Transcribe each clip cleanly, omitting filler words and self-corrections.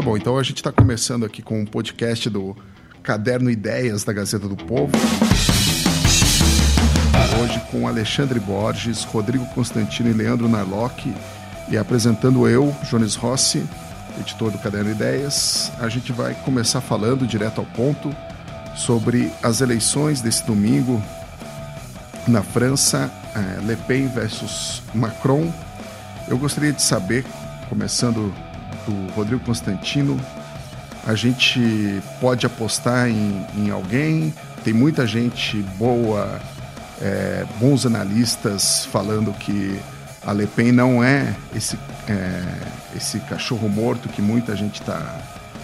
bom, então a gente está começando aqui com um podcast do Caderno Ideias da Gazeta do Povo. Hoje com Alexandre Borges, Rodrigo Constantino e Leandro Narlock, e apresentando eu, Jones Rossi, editor do Caderno Ideias. A gente vai começar falando direto ao ponto sobre as eleições desse domingo na França, Le Pen versus Macron. Eu gostaria de saber, começando do Rodrigo Constantino, a gente pode apostar em alguém? Tem muita gente boa, bons analistas falando que a Le Pen não é esse cachorro morto que muita gente está,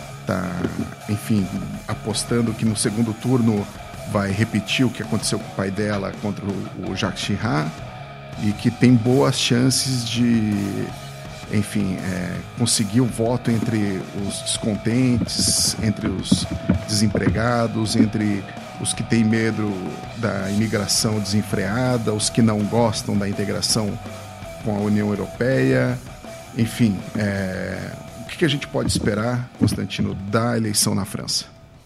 enfim, apostando que no segundo turno vai repetir o que aconteceu com o pai dela contra o Jacques Chirac, e que tem boas chances de, enfim, conseguir o voto entre os descontentes, entre os desempregados, entre os que têm medo da imigração desenfreada, os que não gostam da integração com a União Europeia. Enfim, o que a gente pode esperar, Constantino, da eleição na França?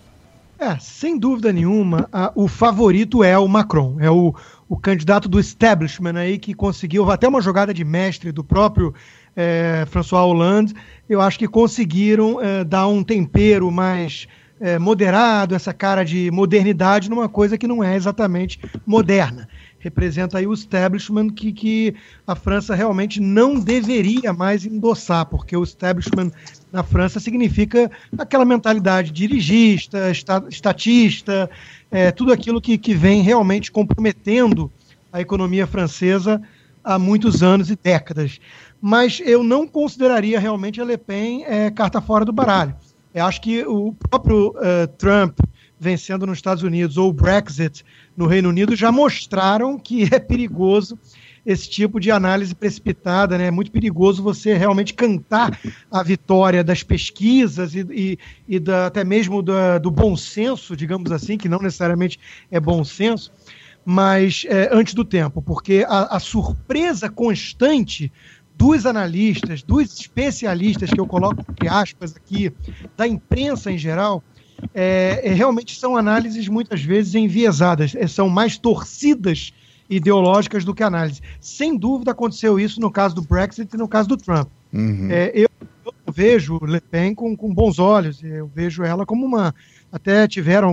Sem dúvida nenhuma, o favorito é o Macron, é o candidato do establishment aí, que conseguiu, até uma jogada de mestre do próprio François Hollande. Eu acho que conseguiram dar um tempero mais moderado, essa cara de modernidade numa coisa que não é exatamente moderna. Representa aí o establishment que a França realmente não deveria mais endossar, porque o establishment na França significa aquela mentalidade dirigista, estatista, tudo aquilo que vem realmente comprometendo a economia francesa há muitos anos e décadas. Mas eu não consideraria realmente a Le Pen carta fora do baralho. Eu acho que o próprio Trump vencendo nos Estados Unidos ou o Brexit no Reino Unido já mostraram que é perigoso esse tipo de análise precipitada, né? É muito perigoso você realmente cantar a vitória das pesquisas e até mesmo do bom senso, digamos assim, que não necessariamente é bom senso, mas antes do tempo, porque a surpresa constante dos analistas, dos especialistas, que eu coloco entre aspas aqui, da imprensa em geral, realmente são análises muitas vezes enviesadas, são mais torcidas ideológicas do que análise. Sem dúvida aconteceu isso no caso do Brexit e no caso do Trump. Uhum. Eu vejo Le Pen com bons olhos, eu vejo ela como uma... Até tiveram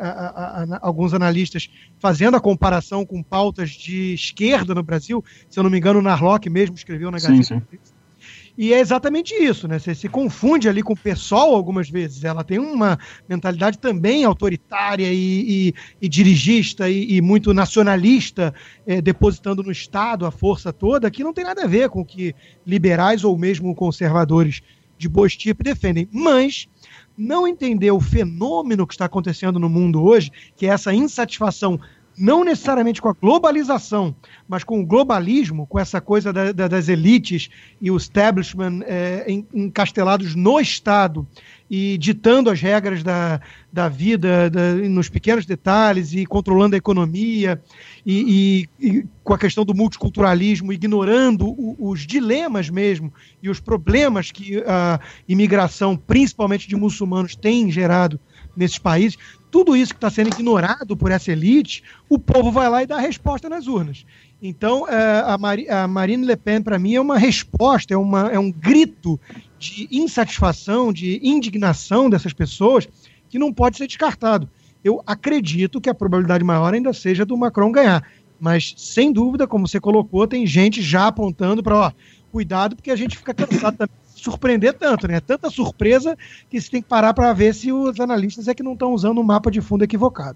alguns analistas fazendo a comparação com pautas de esquerda no Brasil, se eu não me engano o Narlock mesmo escreveu na Gazeta. Sim. E é exatamente isso, né? Você se confunde ali com o PSOL algumas vezes. Ela tem uma mentalidade também autoritária e dirigista e muito nacionalista, depositando no Estado a força toda, que não tem nada a ver com o que liberais ou mesmo conservadores de boa estirpe defendem. Mas não entender o fenômeno que está acontecendo no mundo hoje, que é essa insatisfação não necessariamente com a globalização, mas com o globalismo, com essa coisa das elites e o establishment encastelados no Estado e ditando as regras da vida nos pequenos detalhes e controlando a economia e com a questão do multiculturalismo, ignorando os dilemas mesmo e os problemas que a imigração, principalmente de muçulmanos, tem gerado nesses países. Tudo isso que está sendo ignorado por essa elite, o povo vai lá e dá a resposta nas urnas. Então, a Marine Le Pen, para mim, é uma resposta, é um grito de insatisfação, de indignação dessas pessoas, que não pode ser descartado. Eu acredito que a probabilidade maior ainda seja do Macron ganhar. Mas, sem dúvida, como você colocou, tem gente já apontando para, cuidado, porque a gente fica cansado também de surpreender tanto, né? Tanta surpresa que você tem que parar para ver se os analistas é que não estão usando um mapa de fundo equivocado.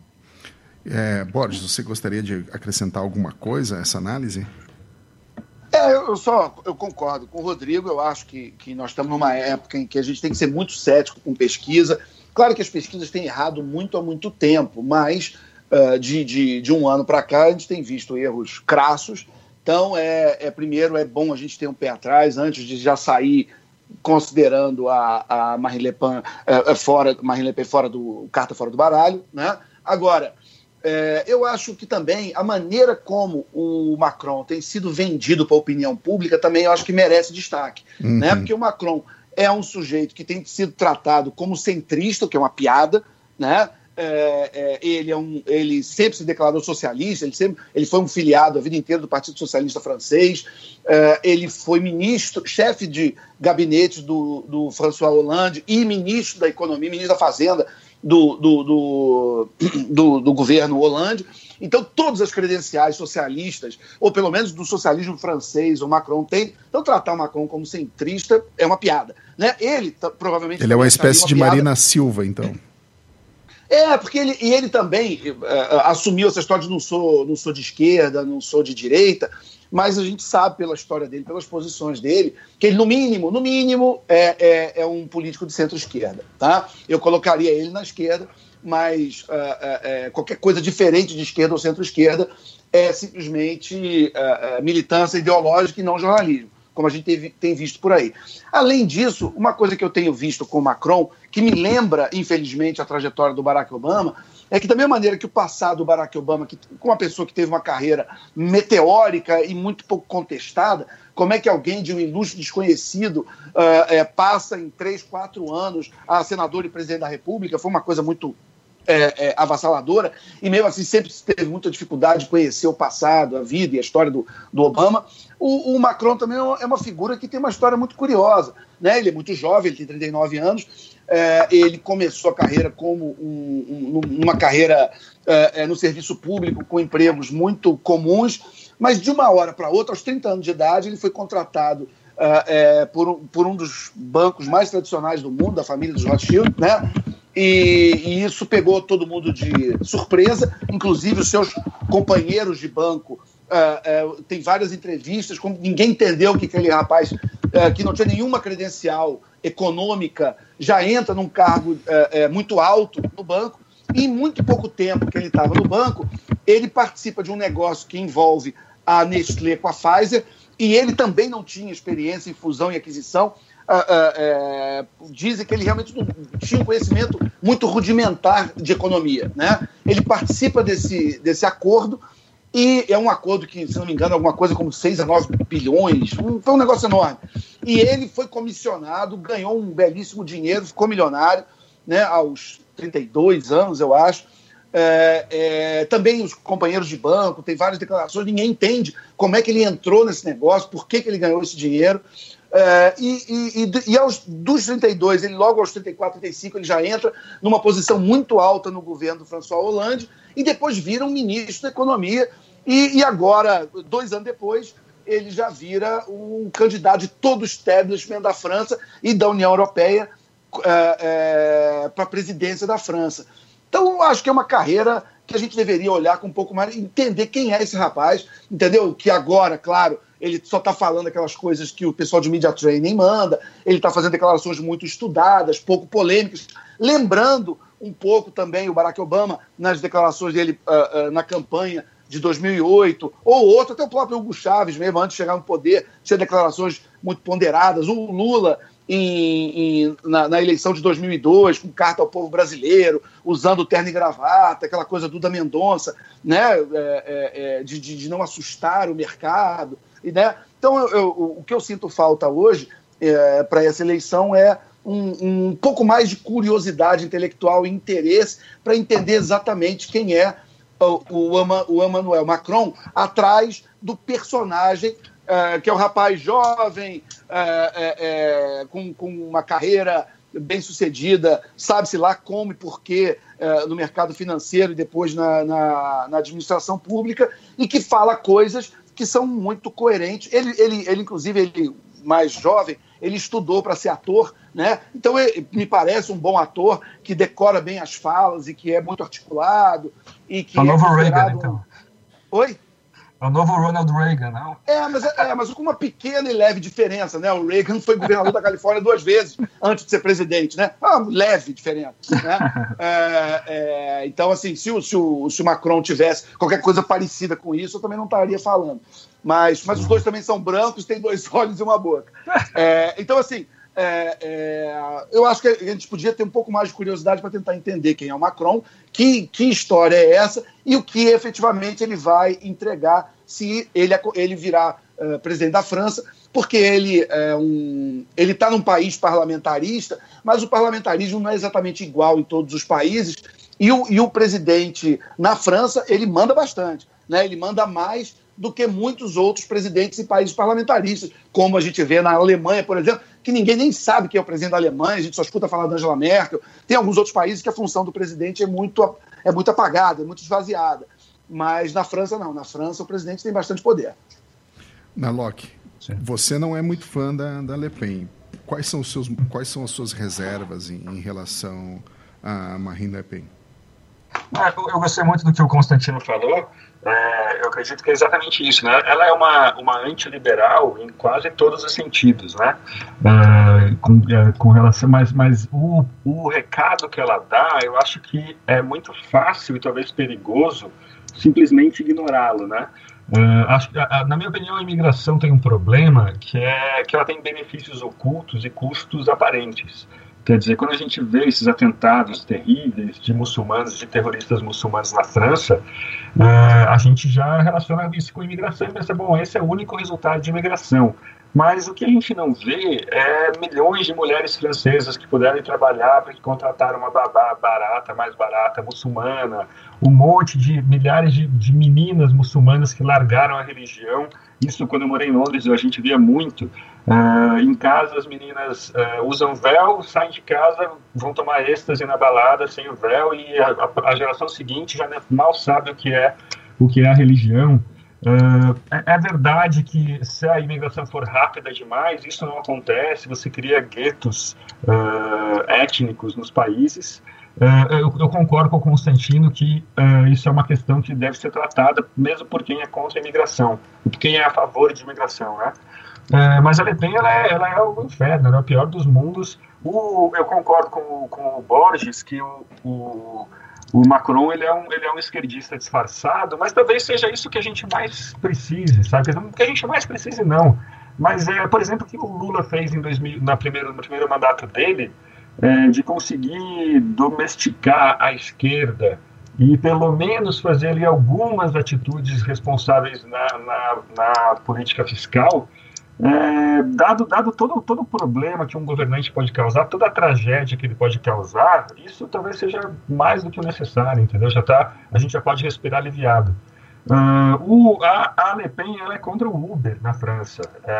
Borges, você gostaria de acrescentar alguma coisa a essa análise? Eu concordo com o Rodrigo. Eu acho que nós estamos numa época em que a gente tem que ser muito cético com pesquisa. Claro que as pesquisas têm errado muito há muito tempo, mas de um ano para cá a gente tem visto erros crassos. Então, primeiro é bom a gente ter um pé atrás antes de já sair considerando a Marine Le Pen carta fora do baralho, né? Agora, eu acho que também a maneira como o Macron tem sido vendido para a opinião pública também eu acho que merece destaque, né? Porque o Macron é um sujeito que tem sido tratado como centrista, o que é uma piada, né? Ele sempre se declarou socialista, ele foi um filiado a vida inteira do Partido Socialista Francês, ele foi ministro, chefe de gabinete do François Hollande e ministro da Economia, ministro da Fazenda do governo Hollande. Então, todas as credenciais socialistas, ou pelo menos do socialismo francês, o Macron tem. Então, tratar o Macron como centrista é uma piada, né? Ele provavelmente... Ele é uma espécie de Marina Silva, então. Porque ele também assumiu essa história de não sou de esquerda, não sou de direita, mas a gente sabe pela história dele, pelas posições dele, que ele, no mínimo, é um político de centro-esquerda. Tá? Eu colocaria ele na esquerda, mas qualquer coisa diferente de esquerda ou centro-esquerda é simplesmente militância ideológica e não jornalismo, como a gente tem visto por aí. Além disso, uma coisa que eu tenho visto com o Macron, que me lembra, infelizmente, a trajetória do Barack Obama, é que da mesma maneira que o passado do Barack Obama, com uma pessoa que teve uma carreira meteórica e muito pouco contestada, como é que alguém de um ilustre desconhecido passa em 3, 4 anos a senador e presidente da República, foi uma coisa muito avassaladora, e mesmo assim sempre teve muita dificuldade de conhecer o passado, a vida e a história do Obama. O Macron também é uma figura que tem uma história muito curiosa, né? Ele é muito jovem, ele tem 39 anos, ele começou a carreira como uma carreira no serviço público, com empregos muito comuns, mas de uma hora para outra, aos 30 anos de idade, ele foi contratado por um dos bancos mais tradicionais do mundo, da família dos Rothschild, né? E isso pegou todo mundo de surpresa, inclusive os seus companheiros de banco. Tem várias entrevistas, como ninguém entendeu que aquele rapaz que não tinha nenhuma credencial econômica já entra num cargo muito alto no banco, e em muito pouco tempo que ele estava no banco, ele participa de um negócio que envolve a Nestlé com a Pfizer, e ele também não tinha experiência em fusão e aquisição. Dizem que ele realmente não tinha um conhecimento muito rudimentar de economia, né? Ele participa desse acordo, e é um acordo que, se não me engano, alguma coisa como 6 a 9 bilhões, foi um negócio enorme. E ele foi comissionado, ganhou um belíssimo dinheiro, ficou milionário, né, aos 32 anos, eu acho. Também os companheiros de banco, tem várias declarações, ninguém entende como é que ele entrou nesse negócio, por que ele ganhou esse dinheiro. Dos 32, ele logo aos 34, 35, ele já entra numa posição muito alta no governo do François Hollande, e depois vira um ministro da Economia, e agora, 2 anos depois, ele já vira um candidato de todo o establishment da França e da União Europeia para a presidência da França. Então, eu acho que é uma carreira que a gente deveria olhar com um pouco mais, entender quem é esse rapaz, entendeu? Que agora, claro, ele só está falando aquelas coisas que o pessoal de media training manda, ele está fazendo declarações muito estudadas, pouco polêmicas, lembrando um pouco também o Barack Obama nas declarações dele na campanha de 2008, ou outro, até o próprio Hugo Chávez mesmo, antes de chegar no poder, tinha declarações muito ponderadas, o Lula na eleição de 2002, com carta ao povo brasileiro, usando terno e gravata, aquela coisa do da Mendonça, né, de não assustar o mercado, né? Então o que eu sinto falta hoje para essa eleição é um pouco mais de curiosidade intelectual e interesse para entender exatamente quem é o Emmanuel Macron atrás do personagem que é um rapaz jovem, com uma carreira bem sucedida, sabe-se lá como e porquê no mercado financeiro e depois na administração pública, e que fala coisas que são muito coerentes. Ele inclusive, mais jovem, ele estudou para ser ator, né? Então me parece um bom ator que decora bem as falas e que é muito articulado e que é o novo Reagan, então. Oi? É o novo Ronald Reagan, não? Mas com uma pequena e leve diferença, né? O Reagan foi governador da Califórnia 2 vezes antes de ser presidente, né? Uma leve diferença, né? Então, assim, se o Macron tivesse qualquer coisa parecida com isso, eu também não estaria falando. Mas os dois também são brancos, têm 2 olhos e uma boca. Então, assim, eu acho que a gente podia ter um pouco mais de curiosidade para tentar entender quem é o Macron, que história é essa e o que efetivamente ele vai entregar se ele virar presidente da França, porque ele está num país parlamentarista, mas o parlamentarismo não é exatamente igual em todos os países, e o presidente na França, ele manda bastante, né? Ele manda mais do que muitos outros presidentes em países parlamentaristas, como a gente vê na Alemanha, por exemplo, que ninguém nem sabe quem é o presidente da Alemanha, a gente só escuta falar da Angela Merkel. Tem alguns outros países que a função do presidente é muito apagada, é muito esvaziada. Mas na França, não. Na França, o presidente tem bastante poder. Nalock, você não é muito fã da Le Pen. Quais são as suas reservas em relação a Marine Le Pen? Eu gostei muito do que o Constantino falou. Eu acredito que é exatamente isso, né? Ela é uma antiliberal em quase todos os sentidos, né? Com relação, mas o recado que ela dá, eu acho que é muito fácil e talvez perigoso simplesmente ignorá-lo, né? Na minha opinião, a imigração tem um problema que é que ela tem benefícios ocultos e custos aparentes. Quer dizer, quando a gente vê esses atentados terríveis de muçulmanos, de terroristas muçulmanos na França, a gente já relaciona isso com imigração e pensa, bom, esse é o único resultado de imigração. Mas o que a gente não vê é milhões de mulheres francesas que puderam trabalhar para que contrataram uma babá mais barata, muçulmana, um monte de milhares de meninas muçulmanas que largaram a religião. Isso, quando eu morei em Londres, a gente via muito. Em casa, as meninas usam véu, saem de casa, vão tomar êxtase na balada sem o véu, e a geração seguinte já mal sabe o que é a religião. É verdade que se a imigração for rápida demais, isso não acontece, você cria guetos étnicos nos países. Eu concordo com o Constantino que isso é uma questão que deve ser tratada, mesmo por quem é contra a imigração, e por quem é a favor de imigração, né? Mas a Le Pen, ela é o inferno, ela é o pior dos mundos. Eu concordo com o Borges que o Macron ele é um esquerdista disfarçado, mas talvez seja isso que a gente mais precise, sabe? Não que a gente mais precise, não. Mas, por exemplo, o que o Lula fez no primeiro mandato dele, de conseguir domesticar a esquerda e pelo menos fazer ali algumas atitudes responsáveis na política fiscal, dado todo o problema que um governante pode causar, toda a tragédia que ele pode causar, isso talvez seja mais do que o necessário, entendeu? A gente já pode respirar aliviado. A Le Pen ela é contra o Uber na França.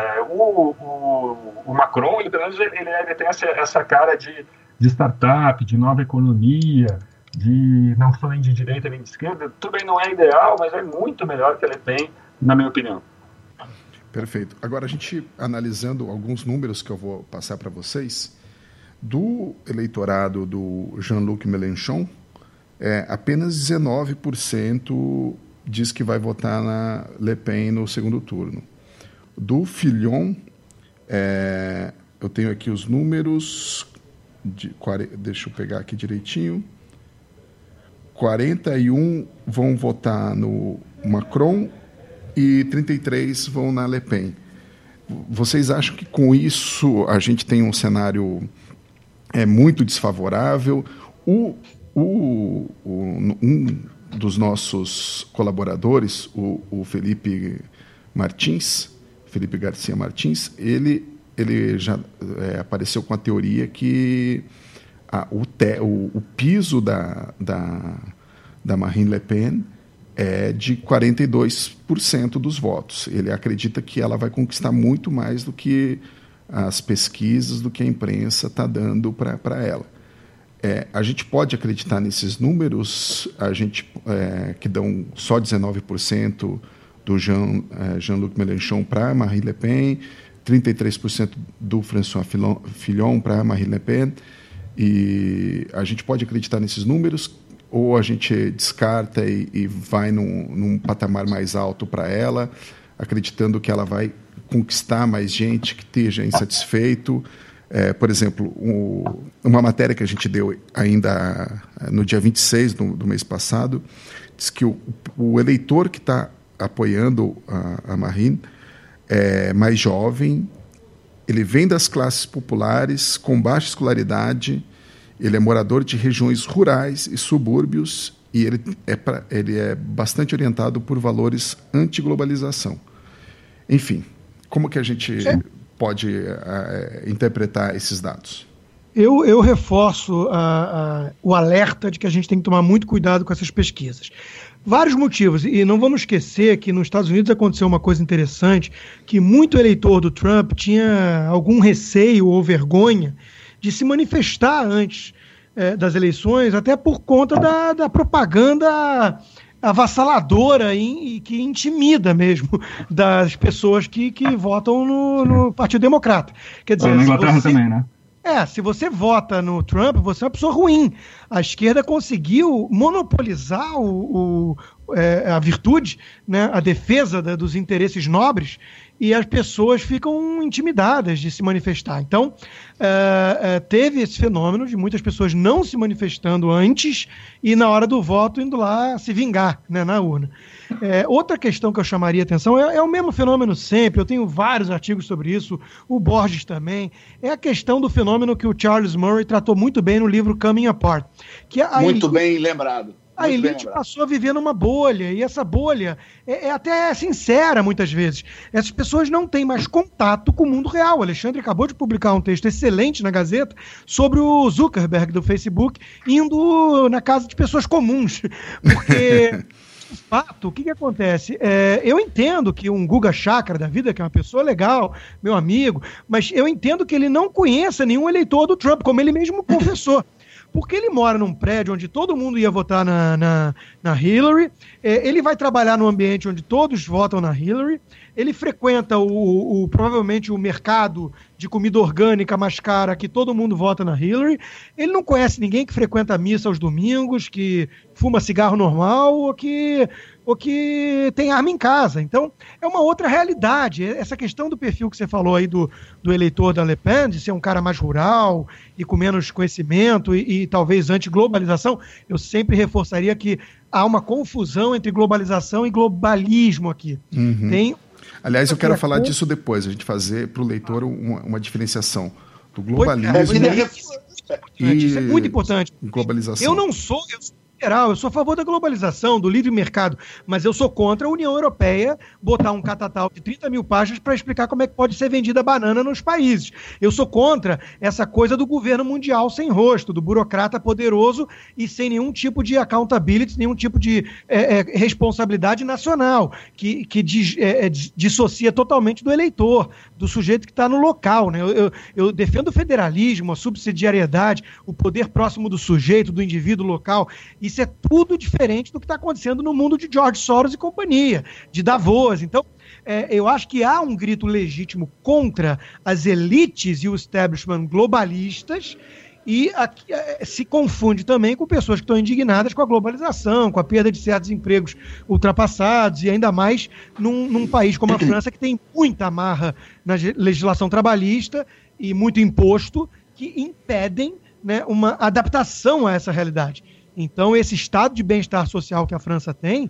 O Macron, ele, pelo menos, ele tem essa cara de startup, de nova economia, não só nem de direita nem de esquerda. Tudo bem, não é ideal, mas é muito melhor que a Le Pen, na minha opinião. Perfeito. Agora, a gente analisando alguns números que eu vou passar para vocês, do eleitorado do Jean-Luc Mélenchon, apenas 19% diz que vai votar na Le Pen no segundo turno. Do Fillon, eu tenho aqui os números, deixa eu pegar aqui direitinho, 41 vão votar no Macron e 33 vão na Le Pen. Vocês acham que com isso a gente tem um cenário muito desfavorável? Um dos nossos colaboradores, o Felipe Garcia Martins, ele já apareceu com a teoria que o piso da Marine Le Pen é de 42% dos votos. Ele acredita que ela vai conquistar muito mais do que as pesquisas, do que a imprensa está dando para ela. A gente pode acreditar nesses números, que dão só 19% do Jean-Luc Mélenchon para Marine Le Pen, 33% do François Fillon para Marine Le Pen, e a gente pode acreditar nesses números, ou a gente descarta e vai num patamar mais alto para ela, acreditando que ela vai conquistar mais gente que esteja insatisfeito. Por exemplo, uma matéria que a gente deu ainda no dia 26 do mês passado, diz que o eleitor que está apoiando a Marine é mais jovem, ele vem das classes populares, com baixa escolaridade, ele é morador de regiões rurais e subúrbios, e ele é bastante orientado por valores anti-globalização. Enfim, Como que a gente pode interpretar esses dados? Eu reforço o alerta de que a gente tem que tomar muito cuidado com essas pesquisas. Vários motivos, e não vamos esquecer que nos Estados Unidos aconteceu uma coisa interessante, que muito eleitor do Trump tinha algum receio ou vergonha de se manifestar antes das eleições, até por conta da propaganda avassaladora e que intimida mesmo das pessoas que votam no Partido Democrata. Quer dizer, na Inglaterra também, né? Se você vota no Trump, você é uma pessoa ruim. A esquerda conseguiu monopolizar a virtude, né, a defesa dos interesses nobres, e as pessoas ficam intimidadas de se manifestar. Então, teve esse fenômeno de muitas pessoas não se manifestando antes e, na hora do voto, indo lá se vingar, né, na urna. Outra questão que eu chamaria atenção é o mesmo fenômeno sempre, eu tenho vários artigos sobre isso, o Borges também, é a questão do fenômeno que o Charles Murray tratou muito bem no livro Coming Apart. Que muito bem lembrado. A elite passou a viver numa bolha, e essa bolha é até sincera muitas vezes. Essas pessoas não têm mais contato com o mundo real. O Alexandre acabou de publicar um texto excelente na Gazeta sobre o Zuckerberg do Facebook indo na casa de pessoas comuns. Porque, de fato, o que acontece? Eu entendo que um Guga Chakra da vida, que é uma pessoa legal, meu amigo, mas eu entendo que ele não conheça nenhum eleitor do Trump, como ele mesmo confessou. Porque ele mora num prédio onde todo mundo ia votar na Hillary, ele vai trabalhar num ambiente onde todos votam na Hillary, ele frequenta provavelmente o mercado de comida orgânica mais cara que todo mundo vota na Hillary, ele não conhece ninguém que frequenta a missa aos domingos, que fuma cigarro normal ou que tem arma em casa. Então, é uma outra realidade. Essa questão do perfil que você falou aí do eleitor da Le Pen, de ser um cara mais rural e com menos conhecimento e talvez anti-globalização, eu sempre reforçaria que há uma confusão entre globalização e globalismo aqui. Uhum. Aliás, eu quero falar disso depois, a gente fazer para o leitor uma diferenciação do globalismo isso é muito importante. Globalização. Eu não sou liberal, eu sou a favor da globalização, do livre mercado, mas eu sou contra a União Europeia botar um catatal de 30 mil páginas para explicar como é que pode ser vendida banana nos países. Eu sou contra essa coisa do governo mundial sem rosto, do burocrata poderoso e sem nenhum tipo de accountability, nenhum tipo de responsabilidade nacional, que dissocia totalmente do eleitor, do sujeito que está no local, né? Eu defendo o federalismo, a subsidiariedade, o poder próximo do sujeito, do indivíduo local. Isso é tudo diferente do que está acontecendo no mundo de George Soros e companhia, de Davos. Então, eu acho que há um grito legítimo contra as elites e o establishment globalistas e se confunde também com pessoas que estão indignadas com a globalização, com a perda de certos empregos ultrapassados e ainda mais num país como a França, que tem muita amarra na legislação trabalhista e muito imposto que impedem, né, uma adaptação a essa realidade. Então, esse estado de bem-estar social que a França tem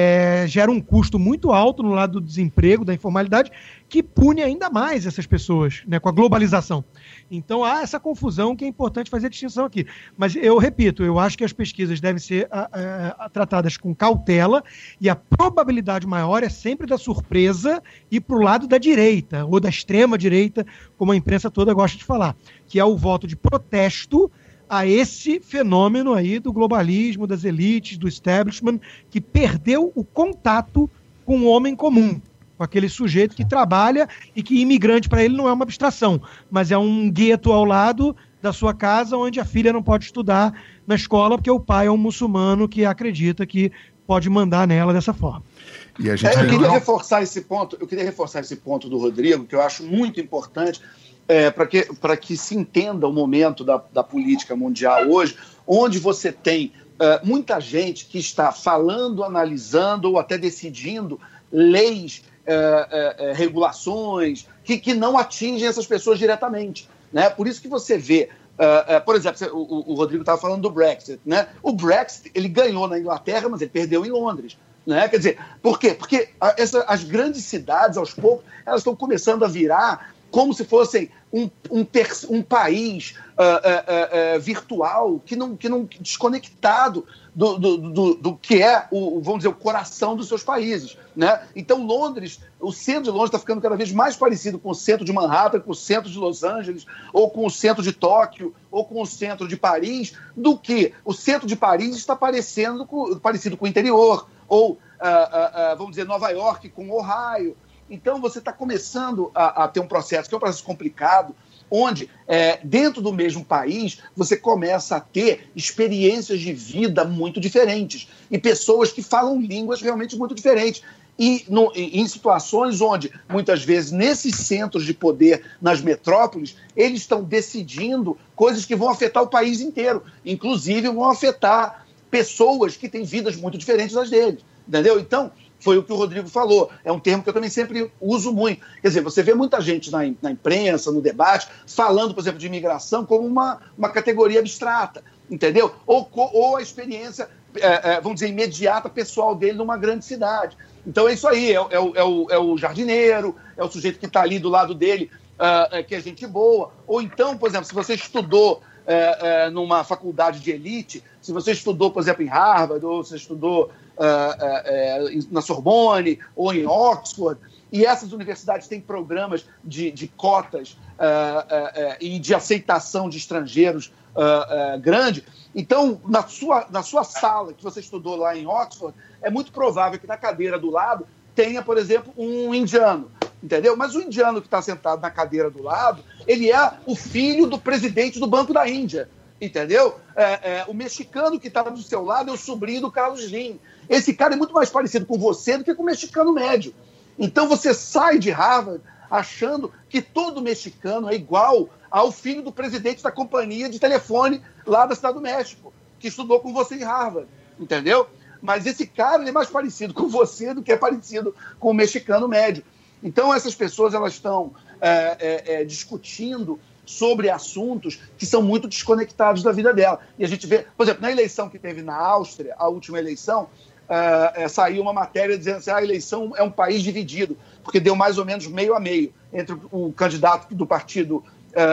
gera um custo muito alto no lado do desemprego, da informalidade, que pune ainda mais essas pessoas, né, com a globalização. Então, há essa confusão que é importante fazer a distinção aqui. Mas, eu repito, eu acho que as pesquisas devem ser tratadas com cautela e a probabilidade maior é sempre da surpresa e para o lado da direita, ou da extrema-direita, como a imprensa toda gosta de falar, que é o voto de protesto a esse fenômeno aí do globalismo, das elites, do establishment, que perdeu o contato com o homem comum, com aquele sujeito que trabalha e que imigrante para ele não é uma abstração, mas é um gueto ao lado da sua casa onde a filha não pode estudar na escola porque o pai é um muçulmano que acredita que pode mandar nela dessa forma. E a gente eu queria reforçar esse ponto do Rodrigo, que eu acho muito importante, para que se entenda o momento da política mundial hoje, onde você tem muita gente que está falando, analisando ou até decidindo leis, regulações que não atingem essas pessoas diretamente, né? Por isso que você vê, por exemplo, o Rodrigo estava falando do Brexit, né? O Brexit, ele ganhou na Inglaterra, mas ele perdeu em Londres. Né? Quer dizer, por quê? Porque as grandes cidades, aos poucos, elas estão começando a virar como se fossem um país virtual, que não desconectado do que é, vamos dizer, o coração dos seus países, né? Então, o centro de Londres está ficando cada vez mais parecido com o centro de Manhattan, com o centro de Los Angeles, ou com o centro de Tóquio, ou com o centro de Paris, do que o centro de Paris está parecido com o interior, ou, vamos dizer, Nova York com Ohio. Então, você está começando a ter um processo, que é um processo complicado, onde, dentro do mesmo país, você começa a ter experiências de vida muito diferentes e pessoas que falam línguas realmente muito diferentes. E em situações onde, muitas vezes, nesses centros de poder, nas metrópoles, eles estão decidindo coisas que vão afetar o país inteiro. Inclusive, vão afetar pessoas que têm vidas muito diferentes das deles. Entendeu? Então, foi o que o Rodrigo falou. É um termo que eu também sempre uso muito. Quer dizer, você vê muita gente na imprensa, no debate, falando, por exemplo, de imigração como uma categoria abstrata, entendeu? Ou a experiência, vamos dizer, imediata, pessoal dele numa grande cidade. Então é isso aí, é o jardineiro, é o sujeito que está ali do lado dele, que é gente boa. Ou então, por exemplo, se você estudou numa faculdade de elite, se você estudou, por exemplo, em Harvard, ou você estudou na Sorbonne, ou em Oxford, e essas universidades têm programas de cotas e de aceitação de estrangeiros grande. Então, na sua sala, que você estudou lá em Oxford, é muito provável que na cadeira do lado tenha, por exemplo, um indiano, entendeu? Mas o indiano que está sentado na cadeira do lado, ele é o filho do presidente do Banco da Índia, entendeu? O mexicano que está do seu lado é o sobrinho do Carlos Slim. Esse cara é muito mais parecido com você do que com o mexicano médio. Então você sai de Harvard achando que todo mexicano é igual ao filho do presidente da companhia de telefone lá da Cidade do México, que estudou com você em Harvard, entendeu? Mas esse cara ele é mais parecido com você do que é parecido com o mexicano médio. Então essas pessoas elas estão discutindo sobre assuntos que são muito desconectados da vida dela. E a gente vê, por exemplo, na eleição que teve na Áustria, a última eleição, saiu uma matéria dizendo assim, a eleição é um país dividido, porque deu mais ou menos meio a meio entre o candidato do partido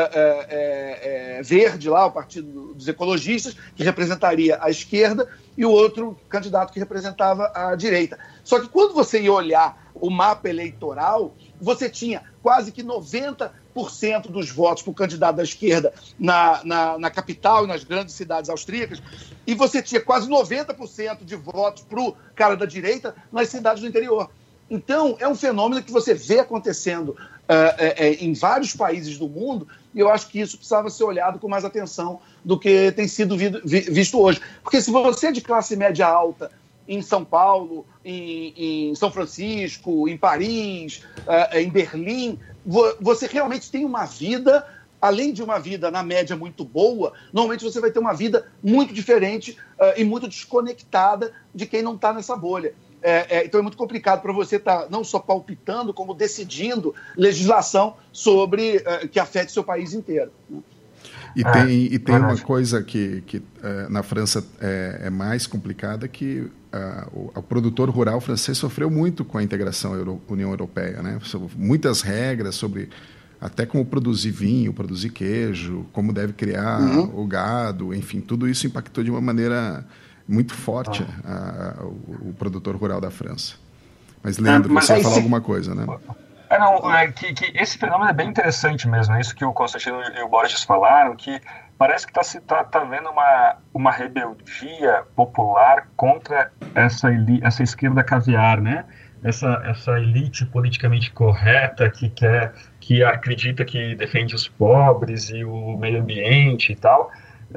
verde lá, o partido dos ecologistas, que representaria a esquerda, e o outro candidato que representava a direita. Só que quando você ia olhar o mapa eleitoral, você tinha quase que 90% dos votos para o candidato da esquerda na capital e nas grandes cidades austríacas, e você tinha quase 90% de votos para o cara da direita nas cidades do interior. Então, é um fenômeno que você vê acontecendo em vários países do mundo, e eu acho que isso precisava ser olhado com mais atenção do que tem sido visto hoje. Porque se você é de classe média alta em São Paulo, em São Francisco, em Paris, em Berlim, você realmente tem uma vida, além de uma vida na média muito boa, normalmente você vai ter uma vida muito diferente e muito desconectada de quem não está nessa bolha. Então é muito complicado para você estar não só palpitando, como decidindo legislação sobre que afete seu país inteiro. Né? E tem uma coisa que na França é mais complicada, que o produtor rural francês sofreu muito com a integração à União Europeia, né? Muitas regras sobre até como produzir vinho, produzir queijo, como deve criar o gado, enfim, tudo isso impactou de uma maneira muito forte o produtor rural da França. Mas, Leandro, você ia falar alguma coisa, né? Que esse fenômeno é bem interessante mesmo, é isso que o Constantino e o Borges falaram, que parece que está havendo uma rebeldia popular contra essa esquerda caviar, né? Essa elite politicamente correta que acredita que defende os pobres e o meio ambiente e tal,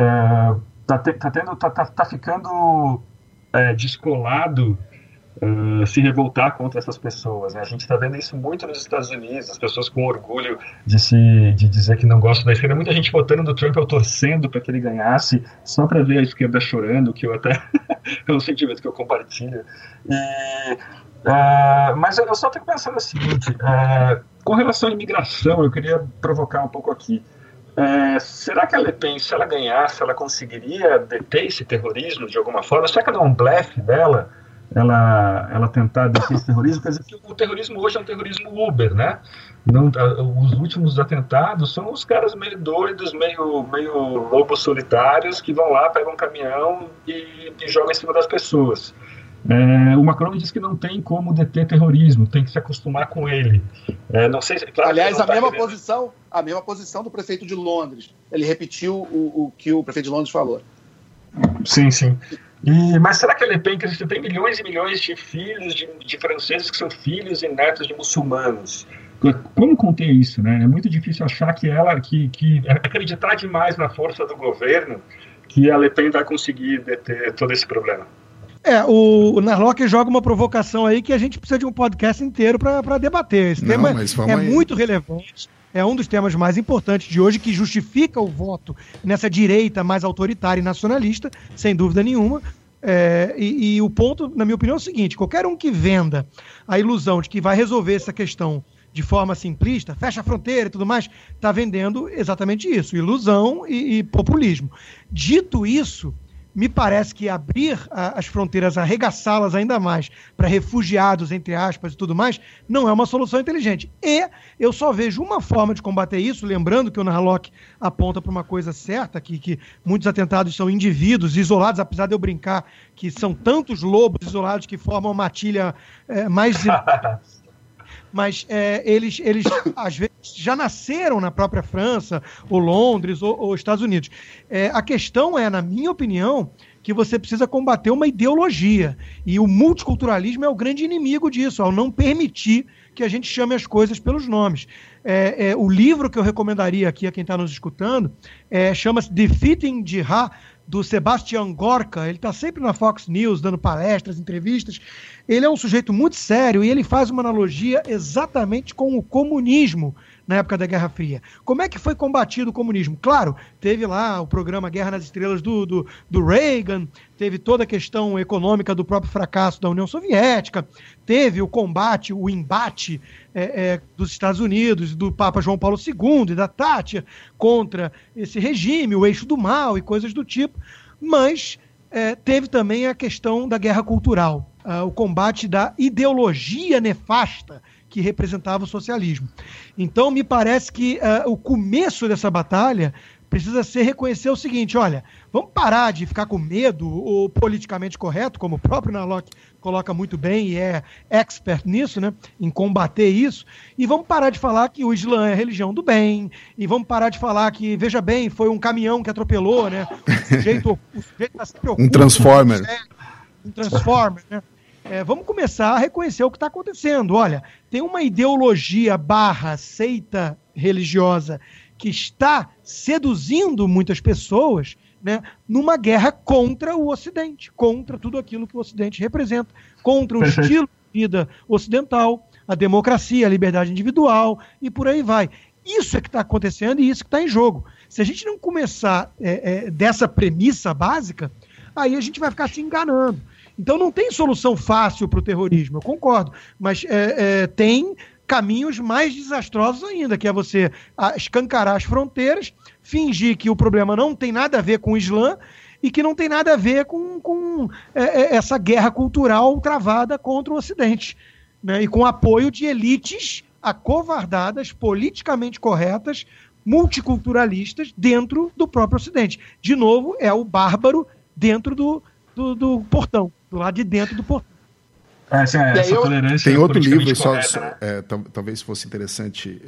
tá ficando descolado se revoltar contra essas pessoas, né? A gente está vendo isso muito nos Estados Unidos, as pessoas com orgulho de dizer que não gostam da esquerda, muita gente votando no Trump, eu torcendo para que ele ganhasse, só para ver a esquerda chorando, que eu até é um sentimento que eu compartilho. Mas eu só fico pensando o seguinte, com relação à imigração, eu queria provocar um pouco aqui. Será que a Le Pen, se ela ganhasse, ela conseguiria deter esse terrorismo de alguma forma? Será que não é um blefe dela? ela tentar deter esse terrorismo, quer dizer que o terrorismo hoje é um terrorismo Uber, né? Não, os últimos atentados são os caras meio doidos, meio lobos solitários que vão lá, pegam um caminhão e jogam em cima das pessoas. O Macron diz que não tem como deter terrorismo, tem que se acostumar com ele. Não sei, claro, aliás, a mesma posição do prefeito de Londres. Ele repetiu o que o prefeito de Londres falou. Sim. Mas será que a Le Pen, que a gente tem milhões e milhões de filhos de franceses que são filhos e netos de muçulmanos? Como conter isso, né? É muito difícil achar que acreditar demais na força do governo, que a Le Pen vai conseguir deter todo esse problema. O Narlock joga uma provocação aí que a gente precisa de um podcast inteiro para debater. Esse tema é muito relevante. É um dos temas mais importantes de hoje, que justifica o voto nessa direita mais autoritária e nacionalista, sem dúvida nenhuma. E o ponto, na minha opinião, é o seguinte: qualquer um que venda a ilusão de que vai resolver essa questão de forma simplista, fecha a fronteira e tudo mais, está vendendo exatamente isso, ilusão e populismo. Dito isso, me parece que abrir as fronteiras, arregaçá-las ainda mais para refugiados, entre aspas, e tudo mais, não é uma solução inteligente. E eu só vejo uma forma de combater isso, lembrando que o Narlock aponta para uma coisa certa, que muitos atentados são indivíduos isolados, apesar de eu brincar que são tantos lobos isolados que formam uma matilha mais... Mas eles às vezes já nasceram na própria França, ou Londres, ou Estados Unidos. A questão na minha opinião, que você precisa combater uma ideologia. E o multiculturalismo é o grande inimigo disso, ao não permitir que a gente chame as coisas pelos nomes. O livro que eu recomendaria aqui a quem está nos escutando chama-se Defeating Jihad, do Sebastian Gorka. Ele está sempre na Fox News, dando palestras, entrevistas. Ele é um sujeito muito sério e ele faz uma analogia exatamente com o comunismo na época da Guerra Fria. Como é que foi combatido o comunismo? Claro, teve lá o programa Guerra nas Estrelas do Reagan, teve toda a questão econômica do próprio fracasso da União Soviética, teve o combate, o embate dos Estados Unidos, do Papa João Paulo II e da Thatcher contra esse regime, o eixo do mal e coisas do tipo, mas teve também a questão da guerra cultural, o combate da ideologia nefasta que representava o socialismo. Então, me parece que o começo dessa batalha precisa ser reconhecer o seguinte: olha, vamos parar de ficar com medo ou politicamente correto, como o próprio Narlock coloca muito bem e é expert nisso, né, em combater isso, e vamos parar de falar que o Islã é a religião do bem, e vamos parar de falar que, veja bem, foi um caminhão que atropelou, né, o sujeito está se preocupando. Um Transformer. Um Transformer, né? Vamos começar a reconhecer o que está acontecendo. Olha, tem uma ideologia seita religiosa que está seduzindo muitas pessoas, né, numa guerra contra o Ocidente, contra tudo aquilo que o Ocidente representa, contra o estilo de vida ocidental, a democracia, a liberdade individual e por aí vai. Isso é que está acontecendo e isso que está em jogo. Se a gente não começar dessa premissa básica, aí a gente vai ficar se enganando. Então não tem solução fácil para o terrorismo, eu concordo, mas tem caminhos mais desastrosos ainda, que é você escancarar as fronteiras, fingir que o problema não tem nada a ver com o Islã e que não tem nada a ver com essa guerra cultural travada contra o Ocidente, né? E com apoio de elites acovardadas, politicamente corretas, multiculturalistas dentro do próprio Ocidente. De novo, é o bárbaro dentro do portão, do lado de dentro do portão. Essa tolerância tem outro livro, correta, né? talvez fosse interessante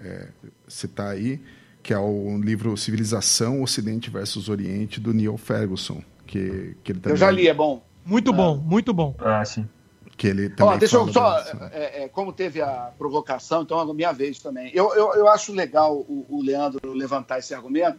citar aí, que é o livro Civilização, Ocidente versus Oriente, do Neil Ferguson. Que ele também... Eu já li, é bom. Muito bom, muito bom. Sim. Que ele também deixa eu só, né? como teve a provocação, então é a minha vez também. Eu acho legal o Leandro levantar esse argumento,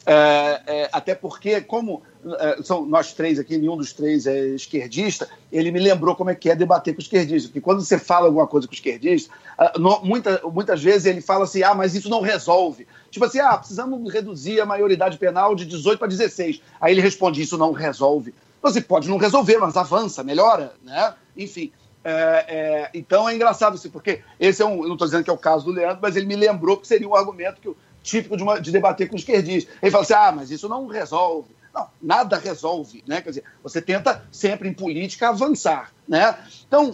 até porque, como são nós três aqui, nenhum dos três é esquerdista, ele me lembrou como é que é debater com o esquerdista, porque quando você fala alguma coisa com o esquerdista, muitas vezes ele fala assim, mas isso não resolve. Tipo assim, precisamos reduzir a maioridade penal de 18 para 16. Aí ele responde, isso não resolve. Você pode não resolver, mas avança, melhora, né? Enfim, então é engraçado assim, porque esse eu não estou dizendo que é o caso do Leandro, mas ele me lembrou que seria um argumento típico de debater com o esquerdista. Ele fala assim, mas isso não resolve. Não, nada resolve, né? Quer dizer, você tenta sempre em política avançar, né? Então,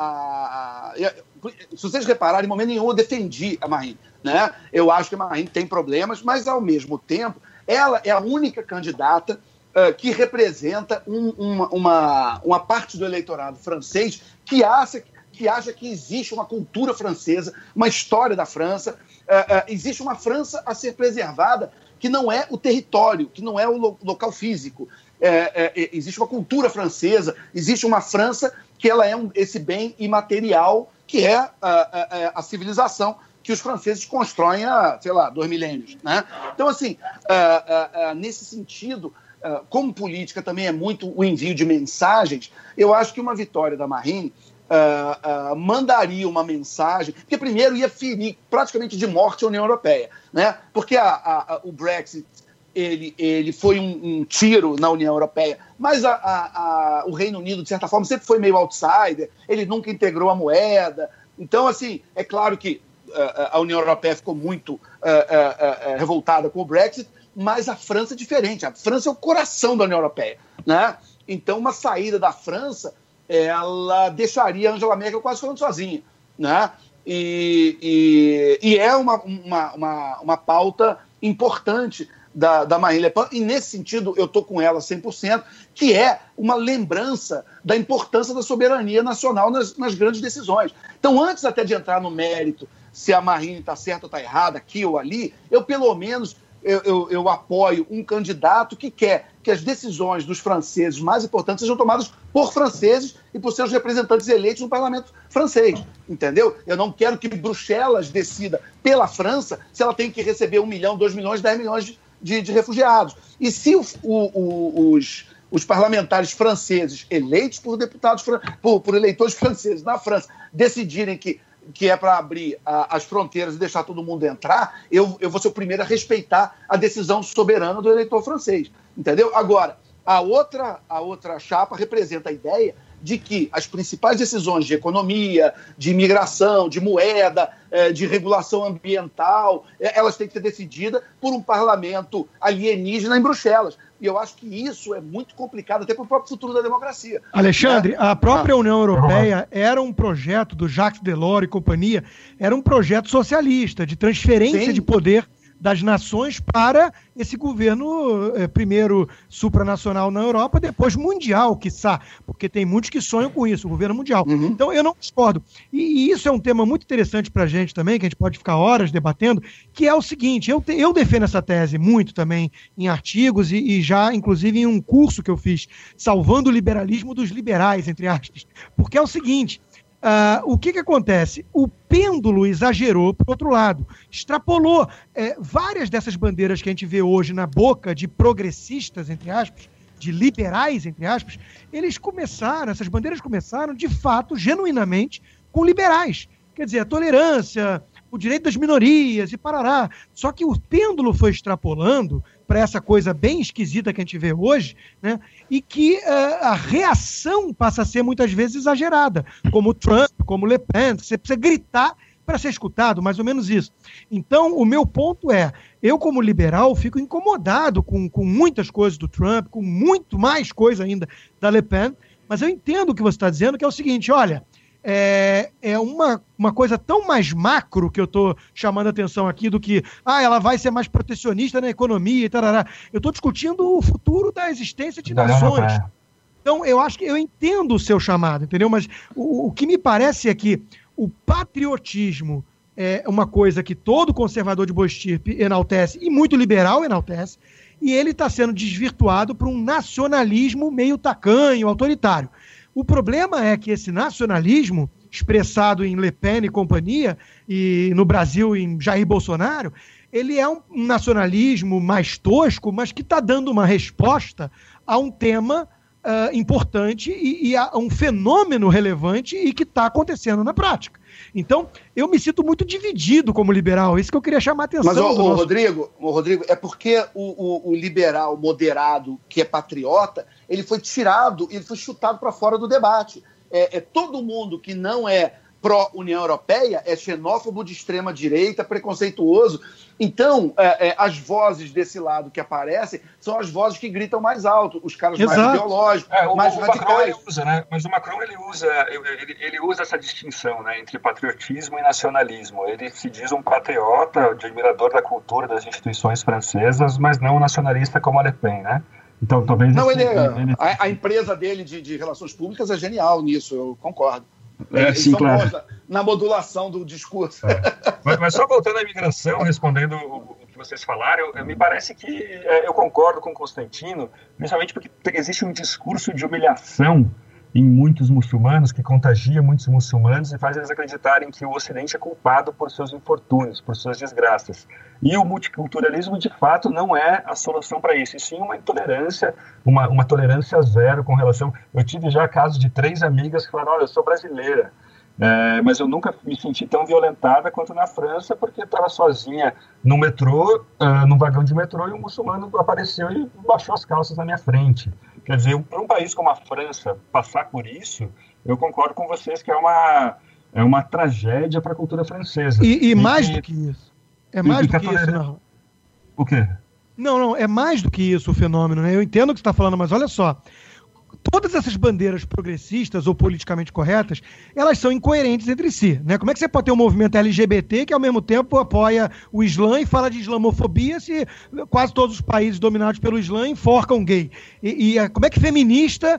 se vocês repararem, em momento nenhum eu defendi a Marine, né? Eu acho que a Marine tem problemas, mas ao mesmo tempo ela é a única candidata que representa uma parte do eleitorado francês que acha que existe uma cultura francesa, uma história da França, existe uma França a ser preservada, que não é o território, que não é o local físico. Existe uma cultura francesa, existe uma França que ela é esse bem imaterial, que é a civilização que os franceses constroem há, 2 milênios. Né? Então, assim, nesse sentido, como política também é muito o envio de mensagens, eu acho que uma vitória da Marine mandaria uma mensagem, porque primeiro ia ferir praticamente de morte a União Europeia, né? Porque o Brexit ele foi um tiro na União Europeia, mas o Reino Unido, de certa forma, sempre foi meio outsider, ele nunca integrou a moeda. Então, assim, é claro que a União Europeia ficou muito revoltada com o Brexit, mas a França é diferente. A França é o coração da União Europeia, né? Então, uma saída da França, ela deixaria a Angela Merkel quase falando sozinha, né? E é uma pauta importante da Marine Le Pen, e nesse sentido eu estou com ela 100%, que é uma lembrança da importância da soberania nacional nas grandes decisões. Então, antes até de entrar no mérito se a Marine está certa ou está errada, aqui ou ali, eu pelo menos eu apoio um candidato que quer que as decisões dos franceses mais importantes sejam tomadas por franceses e por seus representantes eleitos no parlamento francês, entendeu? Eu não quero que Bruxelas decida pela França se ela tem que receber 1 milhão, 2 milhões, 10 milhões de refugiados. E se os parlamentares franceses eleitos por deputados, por eleitores franceses na França decidirem que é para abrir as fronteiras e deixar todo mundo entrar, eu vou ser o primeiro a respeitar a decisão soberana do eleitor francês, entendeu? Agora, a outra chapa representa a ideia de que as principais decisões de economia, de imigração, de moeda, de regulação ambiental, elas têm que ser decididas por um parlamento alienígena em Bruxelas. E eu acho que isso é muito complicado até para o próprio futuro da democracia. Alexandre, a própria União Europeia era um projeto do Jacques Delors e companhia, era um projeto socialista, de transferência de poder das nações para esse governo, primeiro supranacional na Europa, depois mundial, quiçá, porque tem muitos que sonham com isso, o governo mundial. Uhum. Então, eu não discordo. E isso é um tema muito interessante para a gente também, que a gente pode ficar horas debatendo, que é o seguinte, eu defendo essa tese muito também em artigos e já, inclusive, em um curso que eu fiz, Salvando o Liberalismo dos Liberais, entre aspas, porque é o seguinte... o que acontece? O pêndulo exagerou para o outro lado, extrapolou. Várias dessas bandeiras que a gente vê hoje na boca de progressistas, entre aspas, de liberais, entre aspas, essas bandeiras começaram, de fato, genuinamente, com liberais. Quer dizer, a tolerância, o direito das minorias e parará. Só que o pêndulo foi extrapolando para essa coisa bem esquisita que a gente vê hoje, né? E que a reação passa a ser muitas vezes exagerada, como Trump, como Le Pen, você precisa gritar para ser escutado, mais ou menos isso. Então, o meu ponto é, eu como liberal fico incomodado com muitas coisas do Trump, com muito mais coisa ainda da Le Pen, mas eu entendo o que você está dizendo, que é o seguinte, olha, é uma coisa tão mais macro que eu estou chamando a atenção aqui do que ela vai ser mais protecionista na economia e tarará. Eu estou discutindo o futuro da existência de nações. Então, eu acho que eu entendo o seu chamado, entendeu? Mas o que me parece é que o patriotismo é uma coisa que todo conservador de boa estirpe enaltece, e muito liberal enaltece, e ele está sendo desvirtuado por um nacionalismo meio tacanho, autoritário. O problema é que esse nacionalismo, expressado em Le Pen e companhia, e no Brasil em Jair Bolsonaro, ele é um nacionalismo mais tosco, mas que está dando uma resposta a um tema importante e a um fenômeno relevante e que está acontecendo na prática. Então, eu me sinto muito dividido como liberal, isso que eu queria chamar a atenção. Mas, Rodrigo, é porque o liberal moderado, que é patriota, ele foi chutado para fora do debate. Todo mundo que não é pró-União Europeia é xenófobo de extrema-direita, preconceituoso. Então, as vozes desse lado que aparecem são as vozes que gritam mais alto, os caras mais ideológicos, mais radicais. Macron, ele usa, né? Mas o Macron ele usa essa distinção, né, entre patriotismo e nacionalismo. Ele se diz um patriota, admirador da cultura, das instituições francesas, mas não um nacionalista como a Le Pen, né? Então, talvez... Não, a empresa dele de relações públicas é genial nisso, eu concordo. Sim, claro. Na modulação do discurso. Mas só voltando à imigração, respondendo o que vocês falaram, me parece que eu concordo com o Constantino, principalmente porque existe um discurso de humilhação em muitos muçulmanos, que contagia muitos muçulmanos e faz eles acreditarem que o Ocidente é culpado por seus infortúnios, por suas desgraças. E o multiculturalismo, de fato, não é a solução para isso, e sim uma intolerância, uma tolerância zero com relação... Eu tive já casos de 3 amigas que falaram, olha, eu sou brasileira, mas eu nunca me senti tão violentada quanto na França, porque eu estava sozinha no metrô, num vagão de metrô, e um muçulmano apareceu e baixou as calças na minha frente. Quer dizer, para um país como a França passar por isso, eu concordo com vocês que é uma tragédia para a cultura francesa. E mais do que isso. É mais do que isso, não. O quê? Não, é mais do que isso o fenômeno, né? Eu entendo o que você está falando, mas olha só. Todas essas bandeiras progressistas ou politicamente corretas, elas são incoerentes entre si, né? Como é que você pode ter um movimento LGBT que ao mesmo tempo apoia o Islã e fala de islamofobia se quase todos os países dominados pelo Islã enforcam gay? E como é que feminista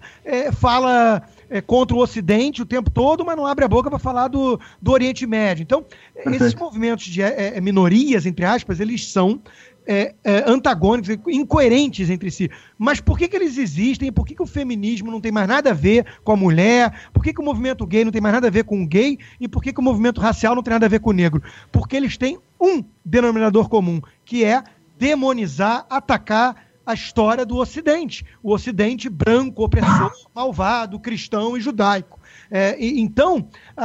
fala contra o Ocidente o tempo todo, mas não abre a boca para falar do Oriente Médio? Então, esses movimentos de minorias, entre aspas, eles são antagônicos, incoerentes entre si. Mas por que eles existem? Por que o feminismo não tem mais nada a ver com a mulher? Por que o movimento gay não tem mais nada a ver com o gay? E por que o movimento racial não tem nada a ver com o negro? Porque eles têm um denominador comum, que é demonizar, atacar a história do Ocidente. O Ocidente branco, opressor, malvado, cristão e judaico. Então,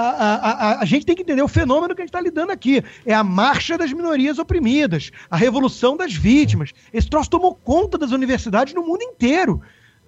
a gente tem que entender o fenômeno que a gente está lidando aqui. É a marcha das minorias oprimidas, a revolução das vítimas. Esse troço tomou conta das universidades no mundo inteiro.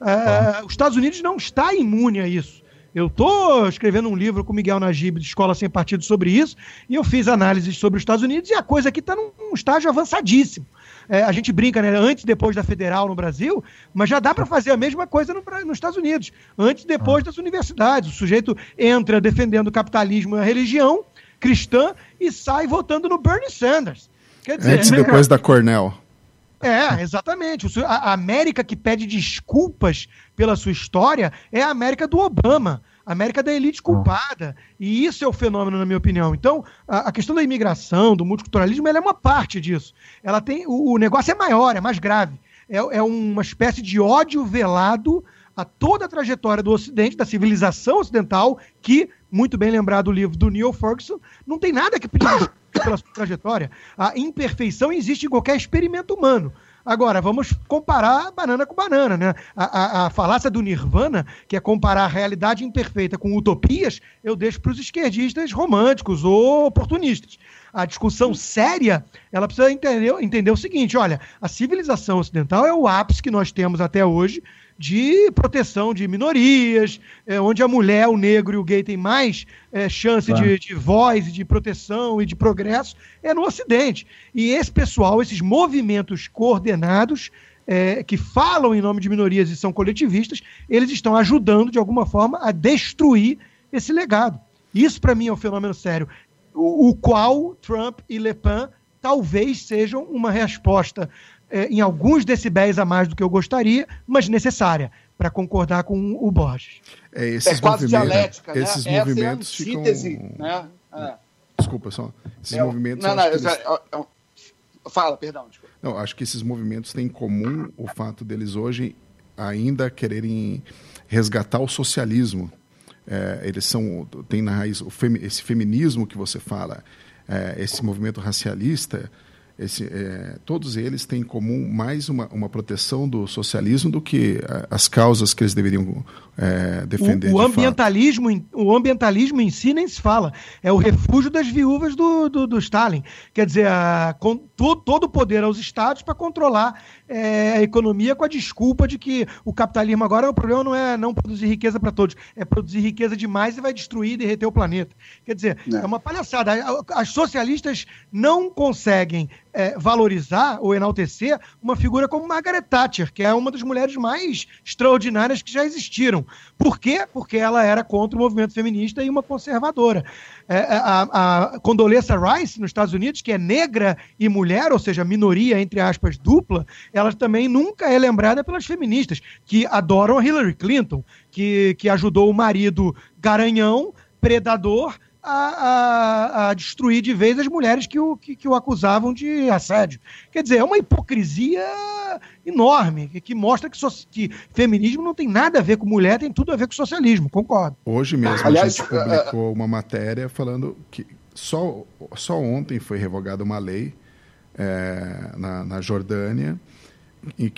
Os Estados Unidos não está imune a isso. Eu estou escrevendo um livro com o Miguel Najib, de Escola Sem Partido, sobre isso, e eu fiz análises sobre os Estados Unidos, e a coisa aqui está num estágio avançadíssimo. A gente brinca, né, antes e depois da federal no Brasil, mas já dá para fazer a mesma coisa nos Estados Unidos, antes e depois das universidades. O sujeito entra defendendo o capitalismo e a religião cristã e sai votando no Bernie Sanders. Quer dizer, antes e depois da Cornell. Exatamente. A América que pede desculpas pela sua história é a América do Obama, a América da elite culpada. E isso é o fenômeno, na minha opinião. Então, a questão da imigração, do multiculturalismo, ela é uma parte disso. Ela tem, o negócio é maior, é mais grave. É uma espécie de ódio velado a toda a trajetória do Ocidente, da civilização ocidental, que, muito bem lembrado o livro do Neil Ferguson, não tem nada que pedir pela sua trajetória. A imperfeição existe em qualquer experimento humano. Agora, vamos comparar banana com banana, né? A falácia do Nirvana, que é comparar a realidade imperfeita com utopias, eu deixo para os esquerdistas românticos ou oportunistas. A discussão séria, ela precisa entender o seguinte, olha, a civilização ocidental é o ápice que nós temos até hoje de proteção de minorias, onde a mulher, o negro e o gay têm mais chance de voz, e de proteção e de progresso, é no Ocidente. E esse pessoal, esses movimentos coordenados, que falam em nome de minorias e são coletivistas, eles estão ajudando, de alguma forma, a destruir esse legado. Isso, para mim, é um fenômeno sério, o qual Trump e Le Pen talvez sejam uma resposta em alguns decibéis a mais do que eu gostaria, mas necessária, para concordar com o Borges. É quase dialética, né? Esses movimentos ficam... né? Desculpa, só. Esses movimentos... Fala, perdão. Desculpa. Não, acho que esses movimentos têm em comum o fato deles hoje ainda quererem resgatar o socialismo. Eles têm na raiz esse feminismo que você fala, esse movimento racialista, todos eles têm em comum mais uma proteção do socialismo do que as causas que eles deveriam defender. O ambientalismo em si nem se fala. É o refúgio das viúvas do Stalin. Quer dizer, todo o poder aos estados para controlar a economia com a desculpa de que o capitalismo agora, o problema não é não produzir riqueza para todos, é produzir riqueza demais e vai destruir e derreter o planeta. Quer dizer, é uma palhaçada. As socialistas não conseguem valorizar ou enaltecer uma figura como Margaret Thatcher, que é uma das mulheres mais extraordinárias que já existiram. Por quê? Porque ela era contra o movimento feminista e uma conservadora. A Condoleezza Rice, nos Estados Unidos, que é negra e mulher, ou seja, minoria, entre aspas, dupla, ela também nunca é lembrada pelas feministas, que adoram a Hillary Clinton, que ajudou o marido garanhão, predador, a destruir de vez as mulheres que o acusavam de assédio. Quer dizer, é uma hipocrisia enorme, que mostra que feminismo não tem nada a ver com mulher, tem tudo a ver com socialismo, concordo. Hoje mesmo a gente publicou uma matéria falando que só ontem foi revogada uma lei na Jordânia e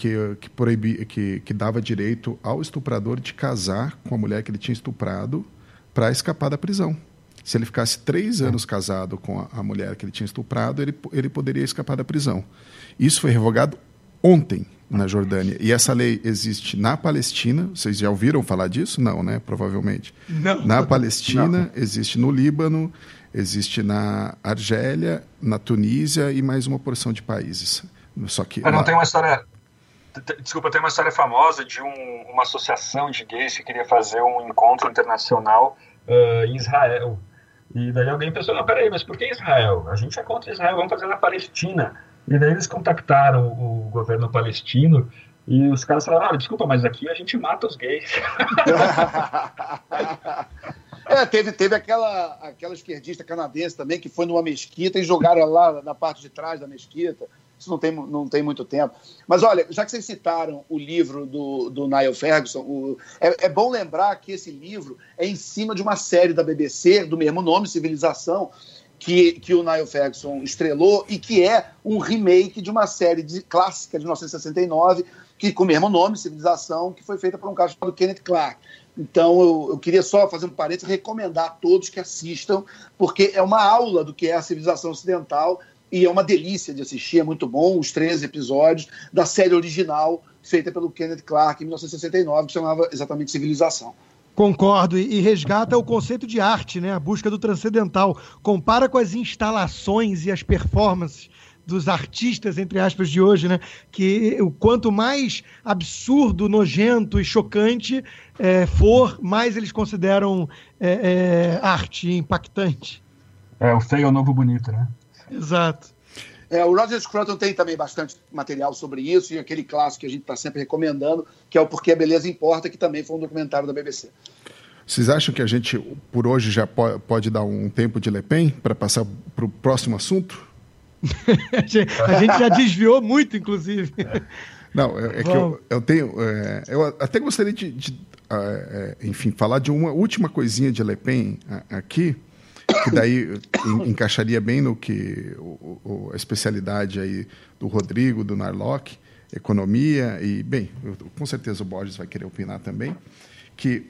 que dava direito ao estuprador de casar com a mulher que ele tinha estuprado para escapar da prisão. Se ele ficasse 3 anos casado com a mulher que ele tinha estuprado, ele poderia escapar da prisão. Isso foi revogado ontem na Jordânia. E essa lei existe na Palestina. Vocês já ouviram falar disso? Não, né? Provavelmente. Não. Na Palestina, existe no Líbano, existe na Argélia, na Tunísia e mais uma porção de países. Só que não tem uma história... Desculpa, tem uma história famosa de uma associação de gays que queria fazer um encontro internacional em Israel. E daí alguém pensou, não, peraí, mas por que Israel? A gente é contra Israel, vamos fazer na Palestina. E daí eles contactaram o governo palestino e os caras falaram, desculpa, mas aqui a gente mata os gays. Teve aquela esquerdista canadense também que foi numa mesquita e jogaram lá na parte de trás da mesquita. Isso não tem muito tempo. Mas, olha, já que vocês citaram o livro do Niall Ferguson, é bom lembrar que esse livro é em cima de uma série da BBC, do mesmo nome, Civilização, que o Niall Ferguson estrelou e que é um remake de uma série clássica de 1969, com o mesmo nome, Civilização, que foi feita por um cara chamado Kenneth Clark. Então, eu queria só fazer um parênteses e recomendar a todos que assistam, porque é uma aula do que é a civilização ocidental. E é uma delícia de assistir, é muito bom, os 13 episódios da série original, feita pelo Kenneth Clark em 1969, que chamava exatamente Civilização. Concordo, e resgata o conceito de arte, né? A busca do transcendental. Compara com as instalações e as performances dos artistas, entre aspas, de hoje, né? Que o quanto mais absurdo, nojento e chocante for, mais eles consideram arte impactante. O feio é o novo bonito, né? Exato. O Roger Scruton tem também bastante material sobre isso, e aquele clássico que a gente está sempre recomendando, que é o Porque a Beleza Importa, que também foi um documentário da BBC. Vocês acham que a gente, por hoje, já pode dar um tempo de Le Pen para passar para o próximo assunto? A gente já desviou muito, inclusive. Não, que eu tenho... eu até gostaria enfim, falar de uma última coisinha de Le Pen aqui, que daí encaixaria bem no que a especialidade aí do Rodrigo, do Narlock, economia, e, bem, com certeza o Borges vai querer opinar também, que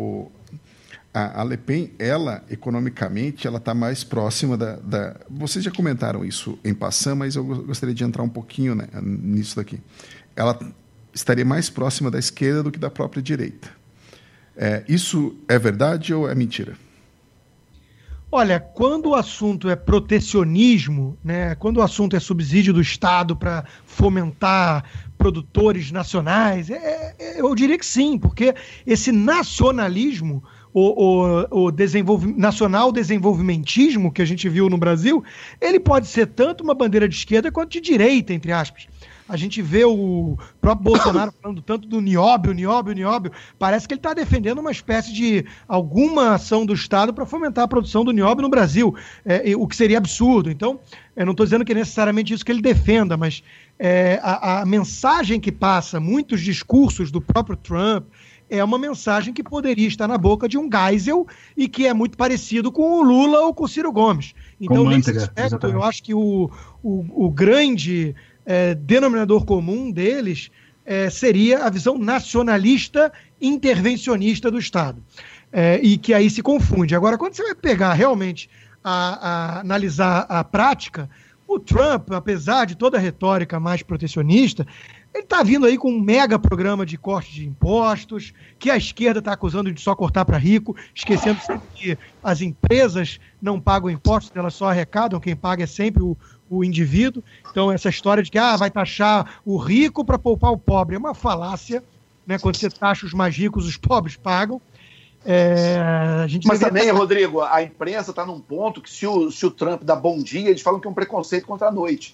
a Le Pen, ela, economicamente, ela está mais próxima da... Vocês já comentaram isso em passant, mas eu gostaria de entrar um pouquinho, né, nisso daqui. Ela estaria mais próxima da esquerda do que da própria direita. Isso é verdade ou é mentira? Olha, quando o assunto é protecionismo, né, quando o assunto é subsídio do Estado para fomentar produtores nacionais, eu diria que sim, porque esse nacionalismo, o nacional desenvolvimentismo que a gente viu no Brasil, ele pode ser tanto uma bandeira de esquerda quanto de direita, entre aspas. A gente vê o próprio Bolsonaro falando tanto do nióbio, parece que ele está defendendo uma espécie de alguma ação do Estado para fomentar a produção do nióbio no Brasil, o que seria absurdo. Então, eu não estou dizendo que é necessariamente isso que ele defenda, mas a mensagem que passa, muitos discursos do próprio Trump, é uma mensagem que poderia estar na boca de um Geisel e que é muito parecido com o Lula ou com o Ciro Gomes. Então, nesse aspecto, eu acho que o grande denominador comum deles seria a visão nacionalista intervencionista do Estado. E que aí se confunde. Agora, quando você vai pegar realmente a analisar a prática, o Trump, apesar de toda a retórica mais protecionista, ele está vindo aí com um mega programa de corte de impostos, que a esquerda está acusando de só cortar para rico, esquecendo sempre que as empresas não pagam impostos, elas só arrecadam, quem paga é sempre o indivíduo. Então, essa história de que vai taxar o rico para poupar o pobre é uma falácia, né? Quando você taxa os mais ricos, os pobres pagam. Mas também, Rodrigo, a imprensa está num ponto que se o Trump dá bom dia, eles falam que é um preconceito contra a noite.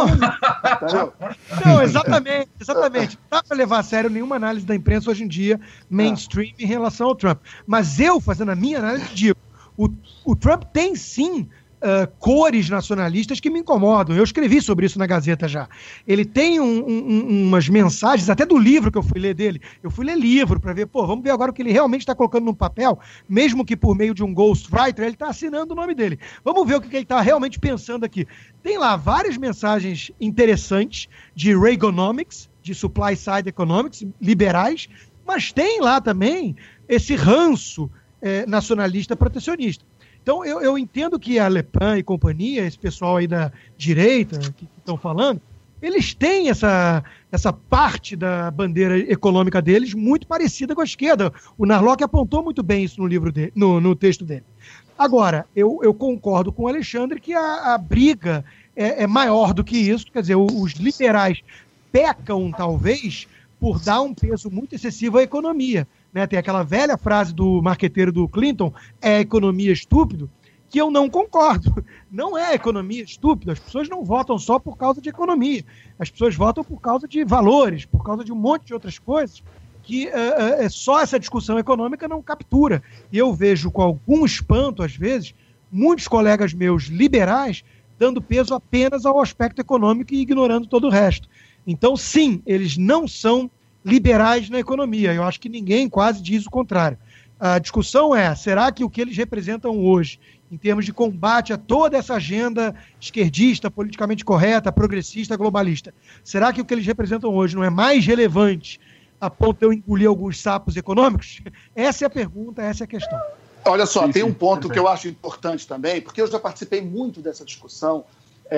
Não, exatamente. Não dá para levar a sério nenhuma análise da imprensa hoje em dia, mainstream, em relação ao Trump. Mas eu, fazendo a minha análise, digo, o Trump tem sim cores nacionalistas que me incomodam. Eu escrevi sobre isso na Gazeta já. Ele tem umas mensagens, até do livro que eu fui ler dele. Eu fui ler livro para ver, vamos ver agora o que ele realmente está colocando no papel, mesmo que por meio de um ghostwriter, ele está assinando o nome dele. Vamos ver o que ele está realmente pensando aqui. Tem lá várias mensagens interessantes de Reaganomics, de Supply Side Economics, liberais, mas tem lá também esse ranço nacionalista protecionista. Então, eu entendo que a Le Pen e companhia, esse pessoal aí da direita que estão falando, eles têm essa parte da bandeira econômica deles muito parecida com a esquerda. O Narlock apontou muito bem isso no livro dele, no texto dele. Agora, eu concordo com o Alexandre que a briga é maior do que isso. Quer dizer, os liberais pecam, talvez, por dar um peso muito excessivo à economia. Né, tem aquela velha frase do marqueteiro do Clinton, é economia estúpido, que eu não concordo. Não é economia estúpida, as pessoas não votam só por causa de economia, as pessoas votam por causa de valores, por causa de um monte de outras coisas que só essa discussão econômica não captura. E eu vejo com algum espanto, às vezes, muitos colegas meus liberais dando peso apenas ao aspecto econômico e ignorando todo o resto. Então, sim, eles não são liberais na economia. Eu acho que ninguém quase diz o contrário. A discussão é, será que o que eles representam hoje, em termos de combate a toda essa agenda esquerdista, politicamente correta, progressista, globalista, será que o que eles representam hoje não é mais relevante a ponto de eu engolir alguns sapos econômicos? Essa é a pergunta, essa é a questão. Olha só, tem um ponto que eu acho importante também, porque eu já participei muito dessa discussão.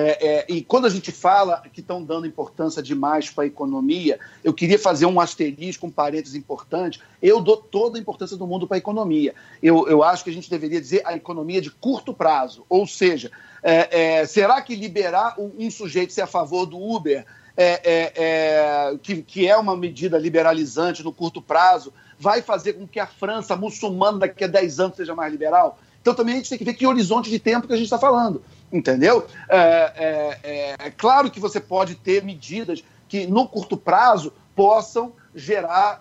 E quando a gente fala que estão dando importância demais para a economia, eu queria fazer um asterisco, um parênteses importante. Eu dou toda a importância do mundo para a economia. Eu acho que a gente deveria dizer a economia de curto prazo. Ou seja, será que liberar um sujeito ser a favor do Uber, que é uma medida liberalizante no curto prazo, vai fazer com que a França muçulmana daqui a 10 anos seja mais liberal? Então também a gente tem que ver que horizonte de tempo que a gente está falando, entendeu? É claro que você pode ter medidas que no curto prazo possam gerar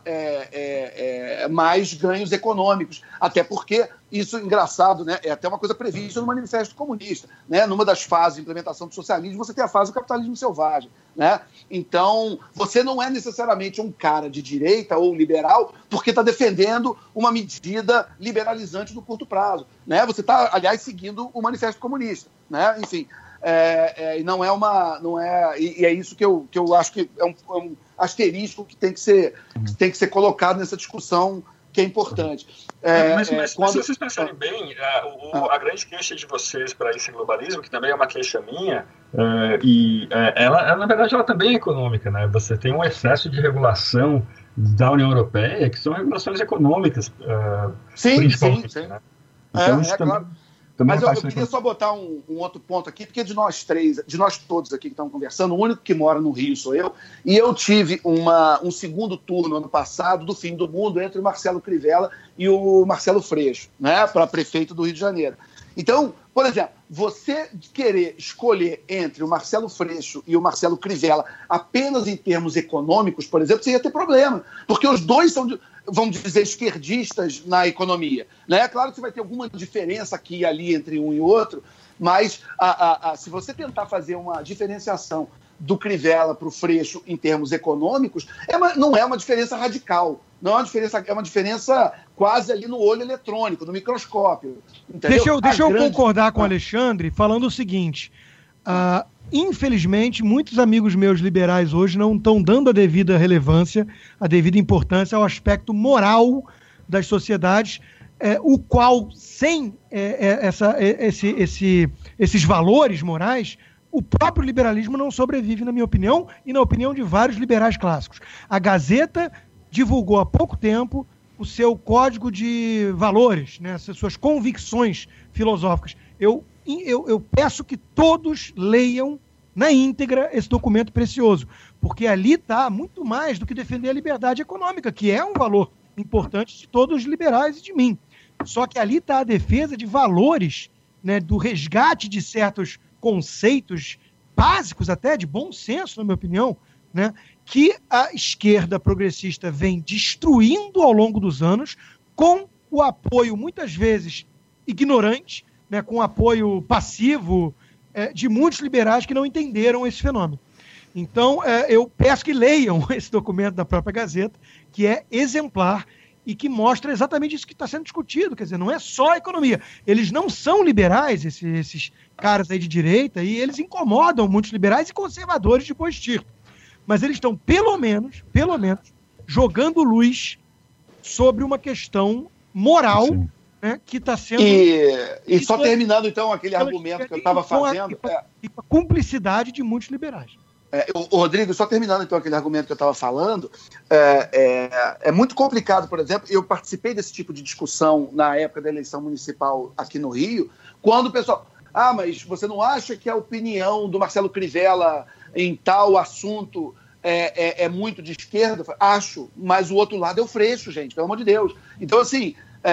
mais ganhos econômicos, até porque isso, engraçado, né, é até uma coisa prevista no Manifesto Comunista, né? Numa das fases de implementação do socialismo, você tem a fase do capitalismo selvagem, né? Então, você não é necessariamente um cara de direita ou liberal porque está defendendo uma medida liberalizante no curto prazo, né? Você está, aliás, seguindo o Manifesto Comunista, né? Enfim, e não é uma... E é isso que eu acho que é um asterisco que tem que ser colocado nessa discussão, que é importante. Mas se vocês pensarem bem, a grande queixa de vocês para esse globalismo, que também é uma queixa minha, ela, na verdade, ela também é econômica, né? Você tem um excesso de regulação da União Europeia, que são regulações econômicas, principalmente. Sim. Né? Então, isso também, claro. Mas eu queria só botar um outro ponto aqui, porque de nós todos aqui que estamos conversando, o único que mora no Rio sou eu, e eu tive um segundo turno ano passado do Fim do Mundo entre o Marcelo Crivella e o Marcelo Freixo, né, para prefeito do Rio de Janeiro. Então, por exemplo, você querer escolher entre o Marcelo Freixo e o Marcelo Crivella apenas em termos econômicos, por exemplo, você ia ter problema, porque os dois são, vamos dizer, esquerdistas na economia, né? É claro que você vai ter alguma diferença aqui e ali entre um e outro, mas se você tentar fazer uma diferenciação do Crivella para o Freixo em termos econômicos não é uma diferença radical. Não é uma diferença, é uma diferença quase ali no olho eletrônico, no microscópio. Entendeu? Deixa eu concordar com o Alexandre falando o seguinte. Infelizmente, muitos amigos meus liberais hoje não estão dando a devida relevância, a devida importância ao aspecto moral das sociedades, o qual, sem esses valores morais, o próprio liberalismo não sobrevive, na minha opinião, e na opinião de vários liberais clássicos. A Gazeta divulgou há pouco tempo o seu código de valores, né, suas convicções filosóficas. Eu peço que todos leiam na íntegra esse documento precioso, porque ali está muito mais do que defender a liberdade econômica, que é um valor importante de todos os liberais e de mim. Só que ali está a defesa de valores, né, do resgate de certos conceitos básicos, até de bom senso, na minha opinião, né, que a esquerda progressista vem destruindo ao longo dos anos, com o apoio, muitas vezes, ignorante, né, com o apoio passivo de muitos liberais que não entenderam esse fenômeno. Então, eu peço que leiam esse documento da própria Gazeta, que é exemplar e que mostra exatamente isso que está sendo discutido. Quer dizer, não é só a economia. Eles não são liberais, esses caras aí de direita, e eles incomodam muitos liberais e conservadores de Boa Estirpe. Mas eles estão, pelo menos, jogando luz sobre uma questão moral, né, que está sendo... E só terminando, então, aquele argumento que eu estava fazendo... E a cumplicidade de muitos liberais. Rodrigo, só terminando, então, aquele argumento que eu estava falando, é muito complicado, por exemplo, eu participei desse tipo de discussão na época da eleição municipal aqui no Rio, quando o pessoal... mas você não acha que a opinião do Marcelo Crivella em tal assunto é muito de esquerda? Acho, mas o outro lado é o Freixo, gente, pelo amor de Deus. Então, assim,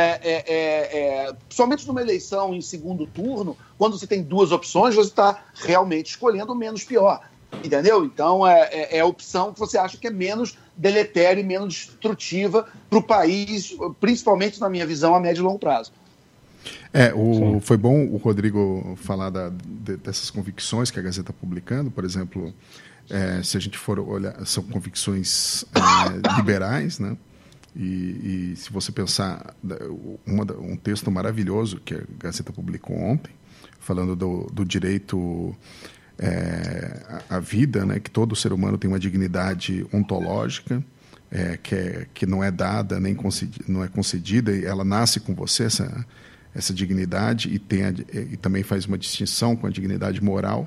somente numa eleição em segundo turno, quando você tem duas opções, você está realmente escolhendo o menos pior, entendeu? Então, é a opção que você acha que é menos deletéria e menos destrutiva para o país, principalmente, na minha visão, a médio e longo prazo. Foi bom o Rodrigo falar dessas convicções que a Gazeta está publicando, por exemplo, se a gente for olhar, são convicções liberais, né? E se você pensar, um texto maravilhoso que a Gazeta publicou ontem, falando do direito à vida, né? Que todo ser humano tem uma dignidade ontológica, que não é dada, nem não é concedida, e ela nasce com você, essa dignidade, e também faz uma distinção com a dignidade moral.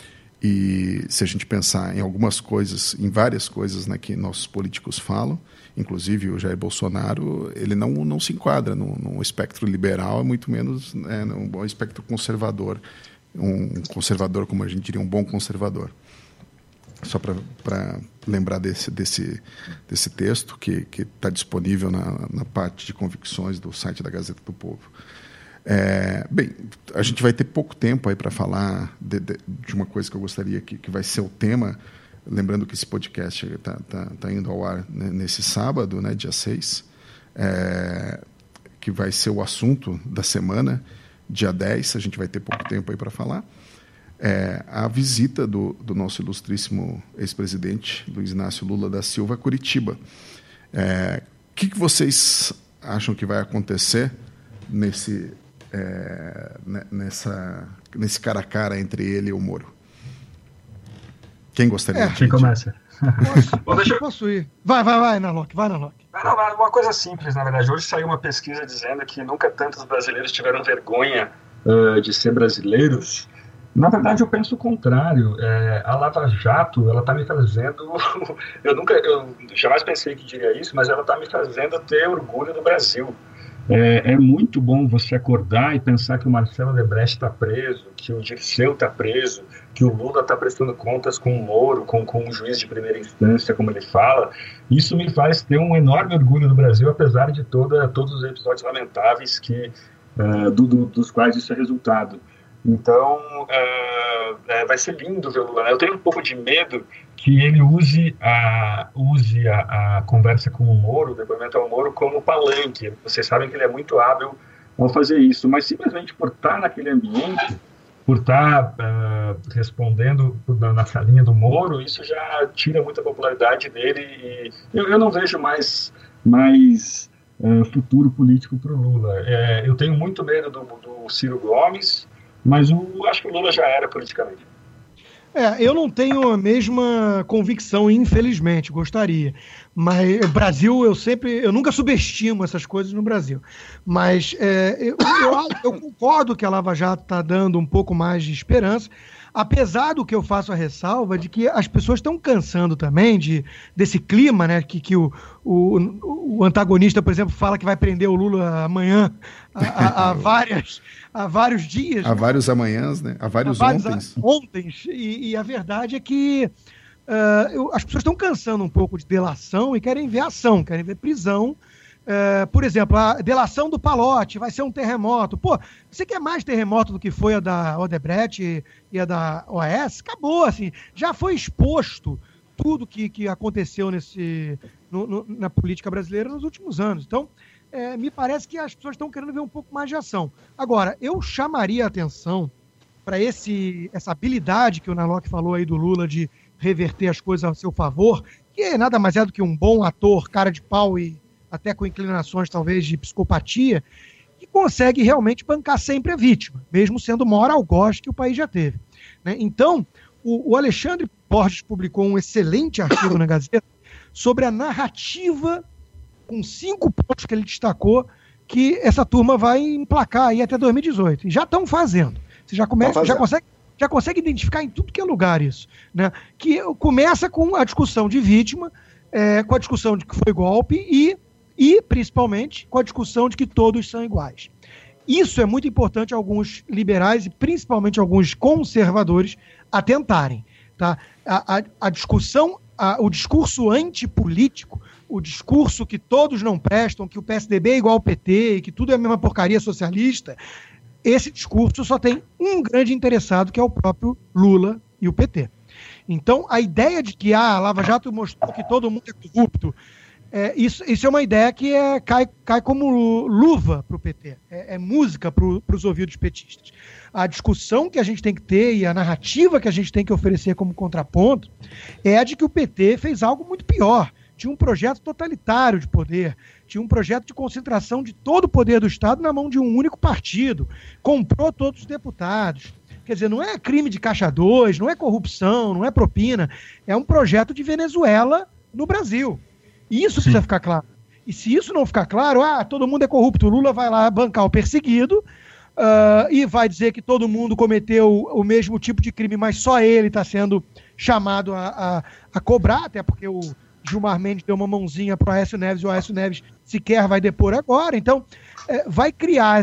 E se a gente pensar em algumas coisas, em várias coisas, né, que nossos políticos falam, inclusive o Jair Bolsonaro, ele não se enquadra no espectro liberal, muito menos num bom espectro conservador, um conservador, como a gente diria, um bom conservador. Só para lembrar desse texto que está disponível na parte de convicções do site da Gazeta do Povo. Bem, a gente vai ter pouco tempo aí para falar de uma coisa que eu gostaria que vai ser o tema, lembrando que esse podcast está indo ao ar, né, nesse sábado, né, dia 6, que vai ser o assunto da semana, dia 10, a gente vai ter pouco tempo aí para falar, a visita do nosso ilustríssimo ex-presidente Luiz Inácio Lula da Silva a Curitiba. O que vocês acham que vai acontecer nesse cara a cara entre ele e o Moro? Quem gostaria? Quem começa? Posso ir. Vai, Narlock. Uma coisa simples, na verdade. Hoje saiu uma pesquisa dizendo que nunca tantos brasileiros tiveram vergonha de ser brasileiros. Na verdade, eu penso o contrário. A Lava Jato, ela está me fazendo... eu jamais pensei que diria isso, mas ela está me fazendo ter orgulho do Brasil. É muito bom você acordar e pensar que o Marcelo Odebrecht está preso, que o Dirceu está preso, que o Lula está prestando contas com o Moro, com um juiz de primeira instância, como ele fala. Isso me faz ter um enorme orgulho do Brasil, apesar de todos os episódios lamentáveis dos quais isso é resultado. Então, vai ser lindo ver o Lula. Eu tenho um pouco de medo que ele use a conversa com o Moro, o depoimento ao Moro, como palanque. Vocês sabem que ele é muito hábil ao fazer isso, mas simplesmente por estar naquele ambiente, por estar respondendo na linha do Moro, isso já tira muita popularidade dele, e eu não vejo mais futuro político para o Lula. Eu tenho muito medo do Ciro Gomes, mas acho que o Lula já era politicamente. Eu não tenho a mesma convicção, infelizmente, gostaria. Mas o Brasil, eu nunca subestimo essas coisas no Brasil. Mas eu concordo que a Lava Jato está dando um pouco mais de esperança, apesar do que eu faço a ressalva de que as pessoas estão cansando também desse clima, né? Que o antagonista, por exemplo, fala que vai prender o Lula amanhã há vários dias. Há vários amanhãs, né? Há vários ontens. E a verdade é que as pessoas estão cansando um pouco de delação e querem ver ação, querem ver prisão. Por exemplo, a delação do Pallotti vai ser um terremoto. Pô, você quer mais terremoto do que foi a da Odebrecht e a da OAS? Acabou, assim. Já foi exposto tudo que aconteceu na política brasileira nos últimos anos. Então, me parece que as pessoas estão querendo ver um pouco mais de ação. Agora, eu chamaria a atenção para essa habilidade que o Narlock falou aí do Lula de reverter as coisas a seu favor, que nada mais é do que um bom ator, cara de pau e até com inclinações talvez de psicopatia, que consegue realmente bancar sempre a vítima, mesmo sendo o maior algoz que o país já teve. Né? Então, o Alexandre Borges publicou um excelente artigo na Gazeta sobre a narrativa, com 5 pontos que ele destacou, que essa turma vai emplacar aí até 2018. E já estão fazendo. Você já consegue identificar em tudo que é lugar isso. Né? Que começa com a discussão de vítima, com a discussão de que foi golpe e, principalmente, com a discussão de que todos são iguais. Isso é muito importante alguns liberais e, principalmente, alguns conservadores atentarem. Tá? A discussão, o discurso antipolítico, o discurso que todos não prestam, que o PSDB é igual ao PT e que tudo é a mesma porcaria socialista, esse discurso só tem um grande interessado, que é o próprio Lula e o PT. Então, a ideia de que a Lava Jato mostrou que todo mundo é corrupto, isso é uma ideia que cai como luva para o PT, é música para os ouvidos petistas. A discussão que a gente tem que ter e a narrativa que a gente tem que oferecer como contraponto é a de que o PT fez algo muito pior. Tinha um projeto totalitário de poder, tinha um projeto de concentração de todo o poder do Estado na mão de um único partido, comprou todos os deputados. Quer dizer, não é crime de caixa 2, não é corrupção, não é propina, é um projeto de Venezuela no Brasil. E isso precisa ficar claro. E se isso não ficar claro, todo mundo é corrupto, o Lula vai lá bancar o perseguido e vai dizer que todo mundo cometeu o mesmo tipo de crime, mas só ele está sendo chamado a cobrar, até porque o Gilmar Mendes deu uma mãozinha para o Aécio Neves e o Aécio Neves sequer vai depor agora. Então, vai criar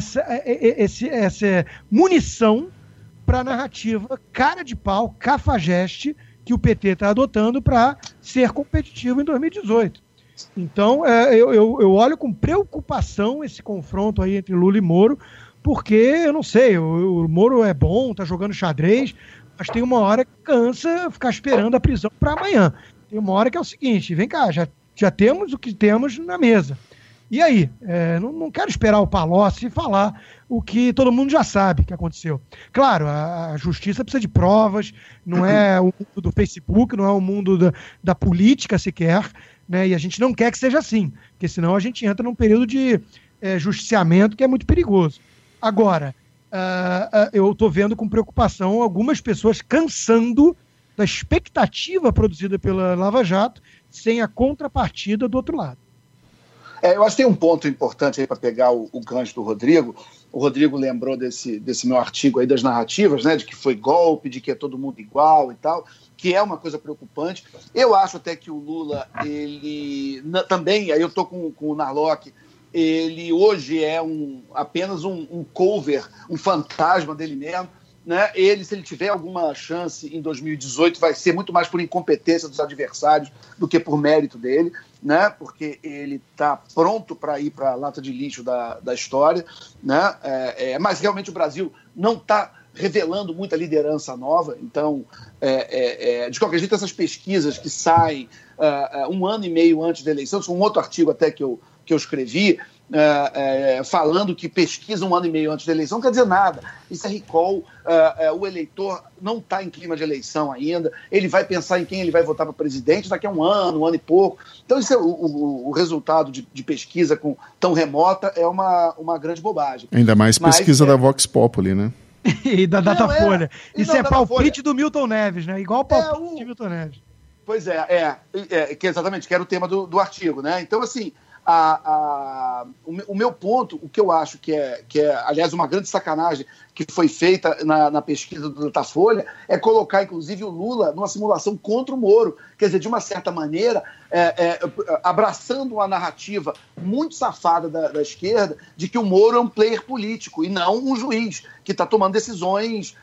essa munição para a narrativa cara de pau, cafajeste, que o PT está adotando para ser competitivo em 2018. Então, eu olho com preocupação esse confronto aí entre Lula e Moro, porque, eu não sei, o Moro é bom, está jogando xadrez, mas tem uma hora que cansa ficar esperando a prisão para amanhã. Tem uma hora que é o seguinte, vem cá, já temos o que temos na mesa. E aí? Não quero esperar o Palocci falar o que todo mundo já sabe que aconteceu. Claro, a justiça precisa de provas, não é o mundo do Facebook, não é o mundo da política sequer, né? E a gente não quer que seja assim, porque senão a gente entra num período de justiciamento que é muito perigoso. Agora, eu estou vendo com preocupação algumas pessoas cansando da expectativa produzida pela Lava Jato sem a contrapartida do outro lado. Eu acho que tem um ponto importante aí para pegar o gancho do Rodrigo. O Rodrigo lembrou desse meu artigo aí das narrativas, né, de que foi golpe, de que é todo mundo igual e tal, que é uma coisa preocupante. Eu acho até que o Lula, ele também, aí eu estou com o Narlock, ele hoje é apenas um cover, um fantasma dele mesmo. Né? Se ele tiver alguma chance em 2018, vai ser muito mais por incompetência dos adversários do que por mérito dele, né? Porque ele está pronto para ir para a lata de lixo da história, né? Mas realmente o Brasil não está revelando muita liderança nova, então, de qualquer jeito, essas pesquisas que saem 1 ano e meio antes da eleição, isso é um outro artigo até que eu escrevi, falando que pesquisa 1 ano e meio antes da eleição, não quer dizer nada. Isso é recall, o eleitor não está em clima de eleição ainda, ele vai pensar em quem ele vai votar para presidente daqui a um ano e pouco. Então, isso é o resultado de pesquisa tão remota é uma grande bobagem. Ainda mais pesquisa da Vox Populi, né? E da Datafolha. Isso é palpite do Milton Neves, né? Igual o palpite de Milton Neves. Pois que exatamente, que era o tema do artigo, né? Então, assim, o meu ponto, o que eu acho que é, aliás, uma grande sacanagem que foi feita na pesquisa do Datafolha, é colocar, inclusive, o Lula numa simulação contra o Moro. Quer dizer, de uma certa maneira, abraçando uma narrativa muito safada da esquerda de que o Moro é um player político e não um juiz que está tomando decisões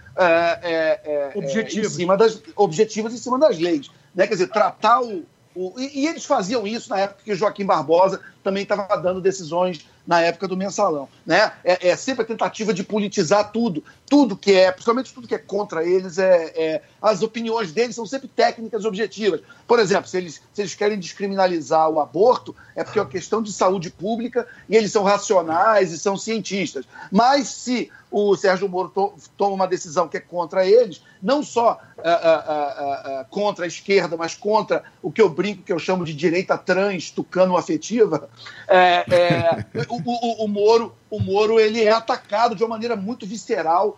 objetivas em cima das leis. Né? Quer dizer, tratar e eles faziam isso na época que o Joaquim Barbosa também estava dando decisões na época do Mensalão. Né? É sempre a tentativa de politizar tudo que principalmente tudo que é contra eles, as opiniões deles são sempre técnicas objetivas. Por exemplo, se eles querem descriminalizar o aborto, é porque é uma questão de saúde pública e eles são racionais e são cientistas. Mas se o Sérgio Moro toma uma decisão que é contra eles, não só contra a esquerda, mas contra o que eu brinco, que eu chamo de direita trans, tucano-afetiva, o Moro ele é atacado de uma maneira muito visceral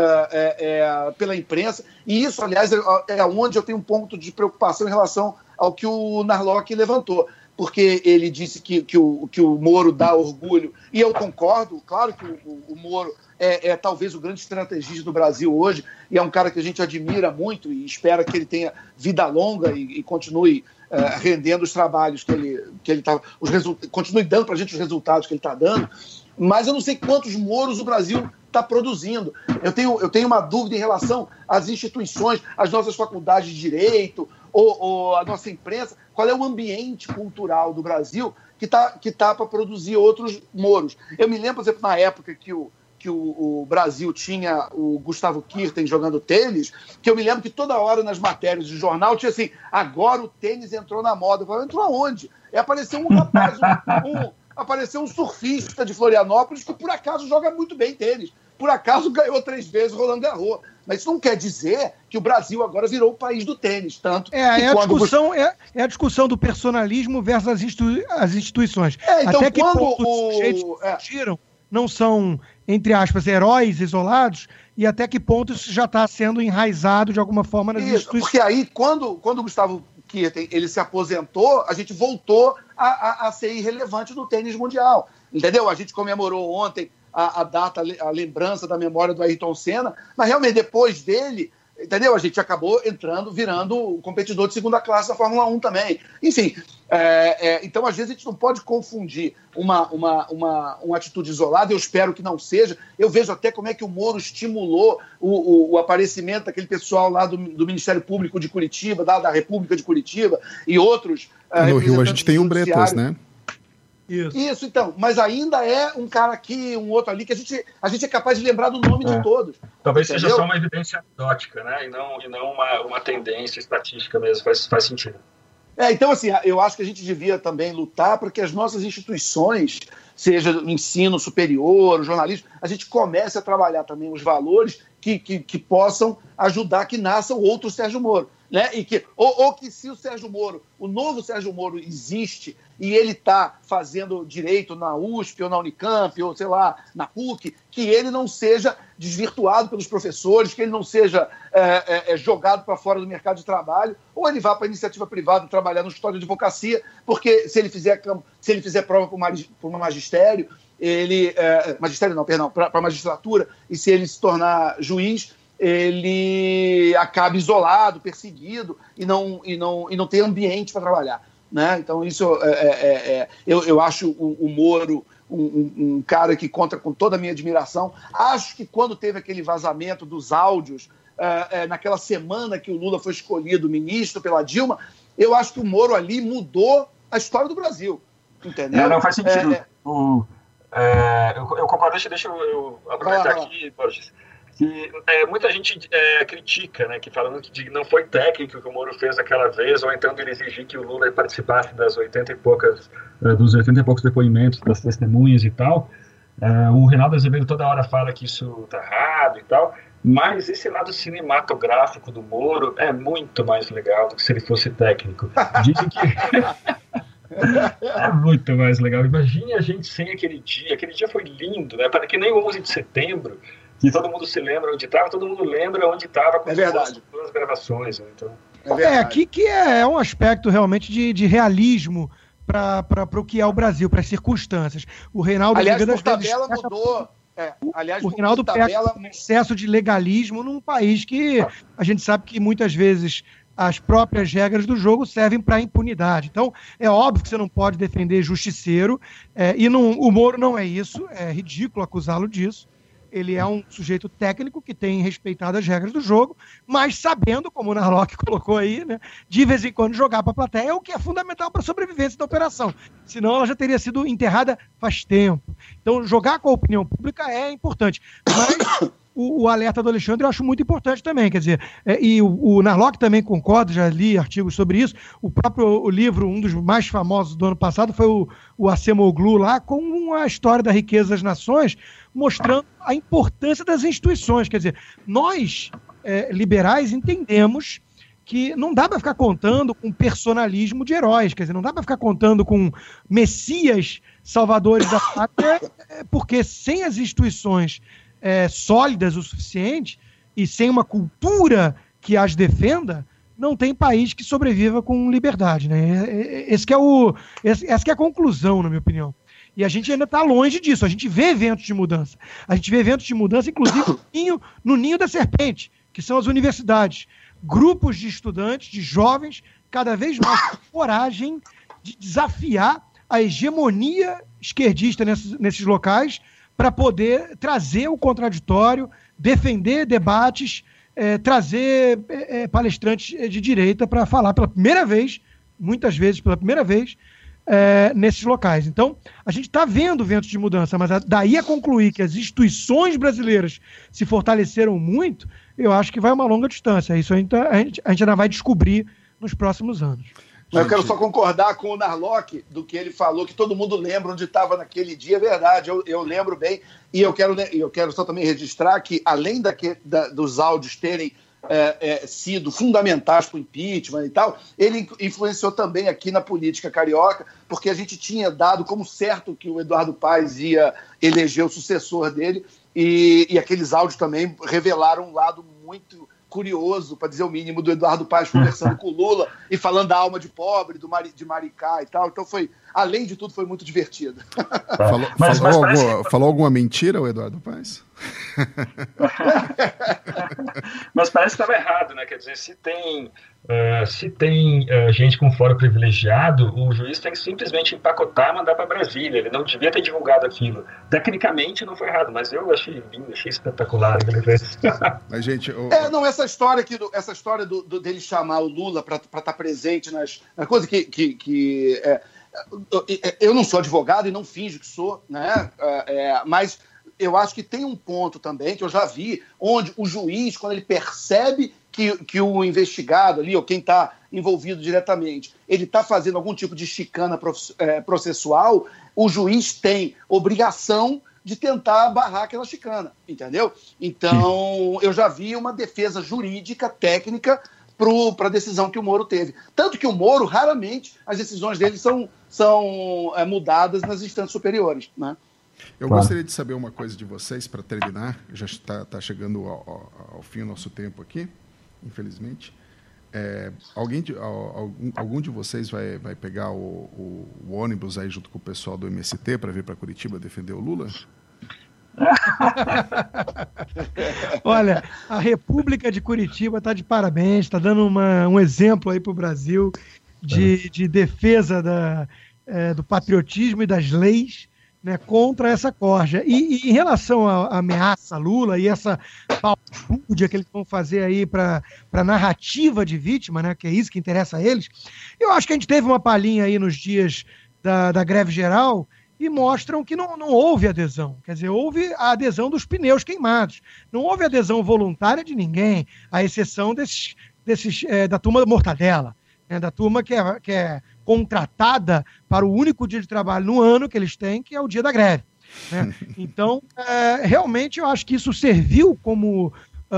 pela imprensa, e isso, aliás, é onde eu tenho um ponto de preocupação em relação ao que o Narlock levantou, porque ele disse que o Moro dá orgulho, e eu concordo, claro que o Moro é talvez o grande estrategista do Brasil hoje, e é um cara que a gente admira muito e espera que ele tenha vida longa e continue rendendo os trabalhos que ele está, continue dando para a gente os resultados que ele está dando, mas eu não sei quantos Moros o Brasil está produzindo. Eu tenho uma dúvida em relação às instituições, às nossas faculdades de direito, ou a nossa imprensa, qual é o ambiente cultural do Brasil que tá para produzir outros Moros. Eu me lembro, por exemplo, na época que o Brasil tinha o Gustavo Kirten jogando tênis, que eu me lembro que toda hora nas matérias de jornal tinha assim, agora o tênis entrou na moda. Eu falei, entrou aonde? Apareceu um rapaz, apareceu um surfista de Florianópolis que por acaso joga muito bem tênis. Por acaso ganhou 3 vezes Roland Garros. Mas isso não quer dizer que o Brasil agora virou o país do tênis. Tanto a discussão do personalismo versus as instituições. Então, até que ponto os sujeitos que surgiram não são, entre aspas, heróis isolados, e até que ponto isso já está sendo enraizado de alguma forma nas instituições. Porque aí, quando o Gustavo Kirten ele se aposentou, a gente voltou a ser irrelevante no tênis mundial. Entendeu? A gente comemorou ontem a data, a lembrança da memória do Ayrton Senna, mas realmente depois dele, entendeu? A gente acabou virando competidor de segunda classe da Fórmula 1 também. Enfim, então às vezes a gente não pode confundir uma atitude isolada, eu espero que não seja. Eu vejo até como é que o Moro estimulou o aparecimento daquele pessoal lá do Ministério Público de Curitiba, da República de Curitiba e outros. No Rio a gente tem o Bretas, né? Isso, então. Mas ainda é um cara aqui, um outro ali, que a gente é capaz de lembrar do nome de todos. Talvez seja só uma evidência anedótica, né? E não uma tendência estatística mesmo. Faz sentido. Então, assim, eu acho que a gente devia também lutar para que as nossas instituições, seja o ensino superior, o jornalismo, a gente comece a trabalhar também os valores que possam ajudar que nasçam outros Sérgio Moro. Né? E que se o Sérgio Moro, o novo Sérgio Moro existe e ele está fazendo direito na USP ou na Unicamp ou, sei lá, na PUC, que ele não seja desvirtuado pelos professores, que ele não seja jogado para fora do mercado de trabalho, ou ele vá para a iniciativa privada trabalhar no escritório de advocacia, porque se ele fizer prova para o magistério, para a magistratura, e se ele se tornar juiz, ele acaba isolado, perseguido e não tem ambiente para trabalhar, né? Então isso eu acho o Moro um cara que conta com toda a minha admiração. Acho que quando teve aquele vazamento dos áudios naquela semana que o Lula foi escolhido ministro pela Dilma, eu acho que o Moro ali mudou a história do Brasil, entendeu? Não faz sentido. Eu concordo. Deixa eu aproveitar aqui, Borges. que muita gente critica, né, que falando que não foi técnico que o Moro fez aquela vez, ou então ele exigir que o Lula participasse dos 80 e poucos depoimentos das testemunhas e tal. O Reinaldo Azevedo toda hora fala que isso está errado e tal, mas esse lado cinematográfico do Moro é muito mais legal do que se ele fosse técnico. Dizem que é muito mais legal. Imagine a gente sem aquele dia foi lindo, né? Para que nem o 11 de setembro, que todo mundo se lembra onde estava, todo mundo lembra onde estava com as gravações. Né? Então, aqui que é um aspecto realmente de realismo para o que é o Brasil, para as circunstâncias. O Reinaldo, aliás, por tabela mudou. O Reinaldo pega um excesso de legalismo num país que a gente sabe que muitas vezes as próprias regras do jogo servem para impunidade. Então, é óbvio que você não pode defender justiceiro, o Moro não é isso, é ridículo acusá-lo disso. Ele é um sujeito técnico que tem respeitado as regras do jogo, mas sabendo, como o Narlock colocou aí, né, de vez em quando jogar para a plateia, o que é fundamental para a sobrevivência da operação. Senão ela já teria sido enterrada faz tempo. Então, jogar com a opinião pública é importante. Mas o alerta do Alexandre eu acho muito importante também. Quer dizer, e o Narlock também concorda, já li artigos sobre isso. O livro, um dos mais famosos do ano passado, foi o Acemoglu lá, com a história da riqueza das nações, mostrando a importância das instituições. Quer dizer, nós, liberais, entendemos que não dá para ficar contando com personalismo de heróis, quer dizer, não dá para ficar contando com messias salvadores da pátria, porque sem as instituições sólidas o suficiente e sem uma cultura que as defenda, não tem país que sobreviva com liberdade, né? Essa que é a conclusão, na minha opinião. E a gente ainda está longe disso. A gente vê eventos de mudança. A gente vê eventos de mudança, inclusive no ninho da serpente, que são as universidades. Grupos de estudantes, de jovens, cada vez mais com coragem de desafiar a hegemonia esquerdista nesses locais para poder trazer o contraditório, defender debates, trazer palestrantes de direita para falar pela primeira vez, muitas vezes pela primeira vez, nesses locais. Então, a gente está vendo ventos de mudança, mas daí a concluir que as instituições brasileiras se fortaleceram muito, eu acho que vai uma longa distância. Isso a gente ainda vai descobrir nos próximos anos. Eu quero só concordar com o Narlock do que ele falou, que todo mundo lembra onde estava naquele dia. É verdade, eu lembro bem. E eu quero só também registrar que, além dos áudios terem sido fundamentais para o impeachment e tal, ele influenciou também aqui na política carioca, porque a gente tinha dado como certo que o Eduardo Paes ia eleger o sucessor dele, e aqueles áudios também revelaram um lado muito curioso, para dizer o mínimo, do Eduardo Paes conversando com o Lula e falando da alma de pobre, de Maricá e tal. Então além de tudo, foi muito divertido. Falou alguma mentira o Eduardo Paes? Mas parece que estava errado, né? Quer dizer, se tem gente com fórum privilegiado, o juiz tem que simplesmente empacotar e mandar para Brasília. Ele não devia ter divulgado aquilo. Tecnicamente não foi errado, mas eu achei lindo, achei espetacular. Mas, gente, essa história dele chamar o Lula para estar presente na coisa que eu não sou advogado e não finjo que sou, né? Mas eu acho que tem um ponto também que eu já vi, onde o juiz, quando ele percebe que o investigado ali, ou quem está envolvido diretamente, ele está fazendo algum tipo de chicana processual, o juiz tem obrigação de tentar barrar aquela chicana, entendeu? Então, eu já vi uma defesa jurídica, técnica, para a decisão que o Moro teve. Tanto que o Moro, raramente, as decisões dele são mudadas nas instâncias superiores, né? Eu gostaria de saber uma coisa de vocês, para terminar, já está chegando ao fim o nosso tempo aqui, infelizmente. Algum de vocês vai pegar o ônibus aí junto com o pessoal do MST para vir para Curitiba defender o Lula? Olha, a República de Curitiba está de parabéns, está dando um exemplo aí para o Brasil de defesa do patriotismo e das leis, né, contra essa corja. E em relação à ameaça Lula e essa balbúrdia que eles vão fazer aí para a narrativa de vítima, né, que é isso que interessa a eles, eu acho que a gente teve uma palhinha aí nos dias da greve geral e mostram que não houve adesão. Quer dizer, houve a adesão dos pneus queimados. Não houve adesão voluntária de ninguém, à exceção da turma da mortadela, né, da turma que é contratada para o único dia de trabalho no ano que eles têm, que é o dia da greve. Né? Então, realmente, eu acho que isso serviu como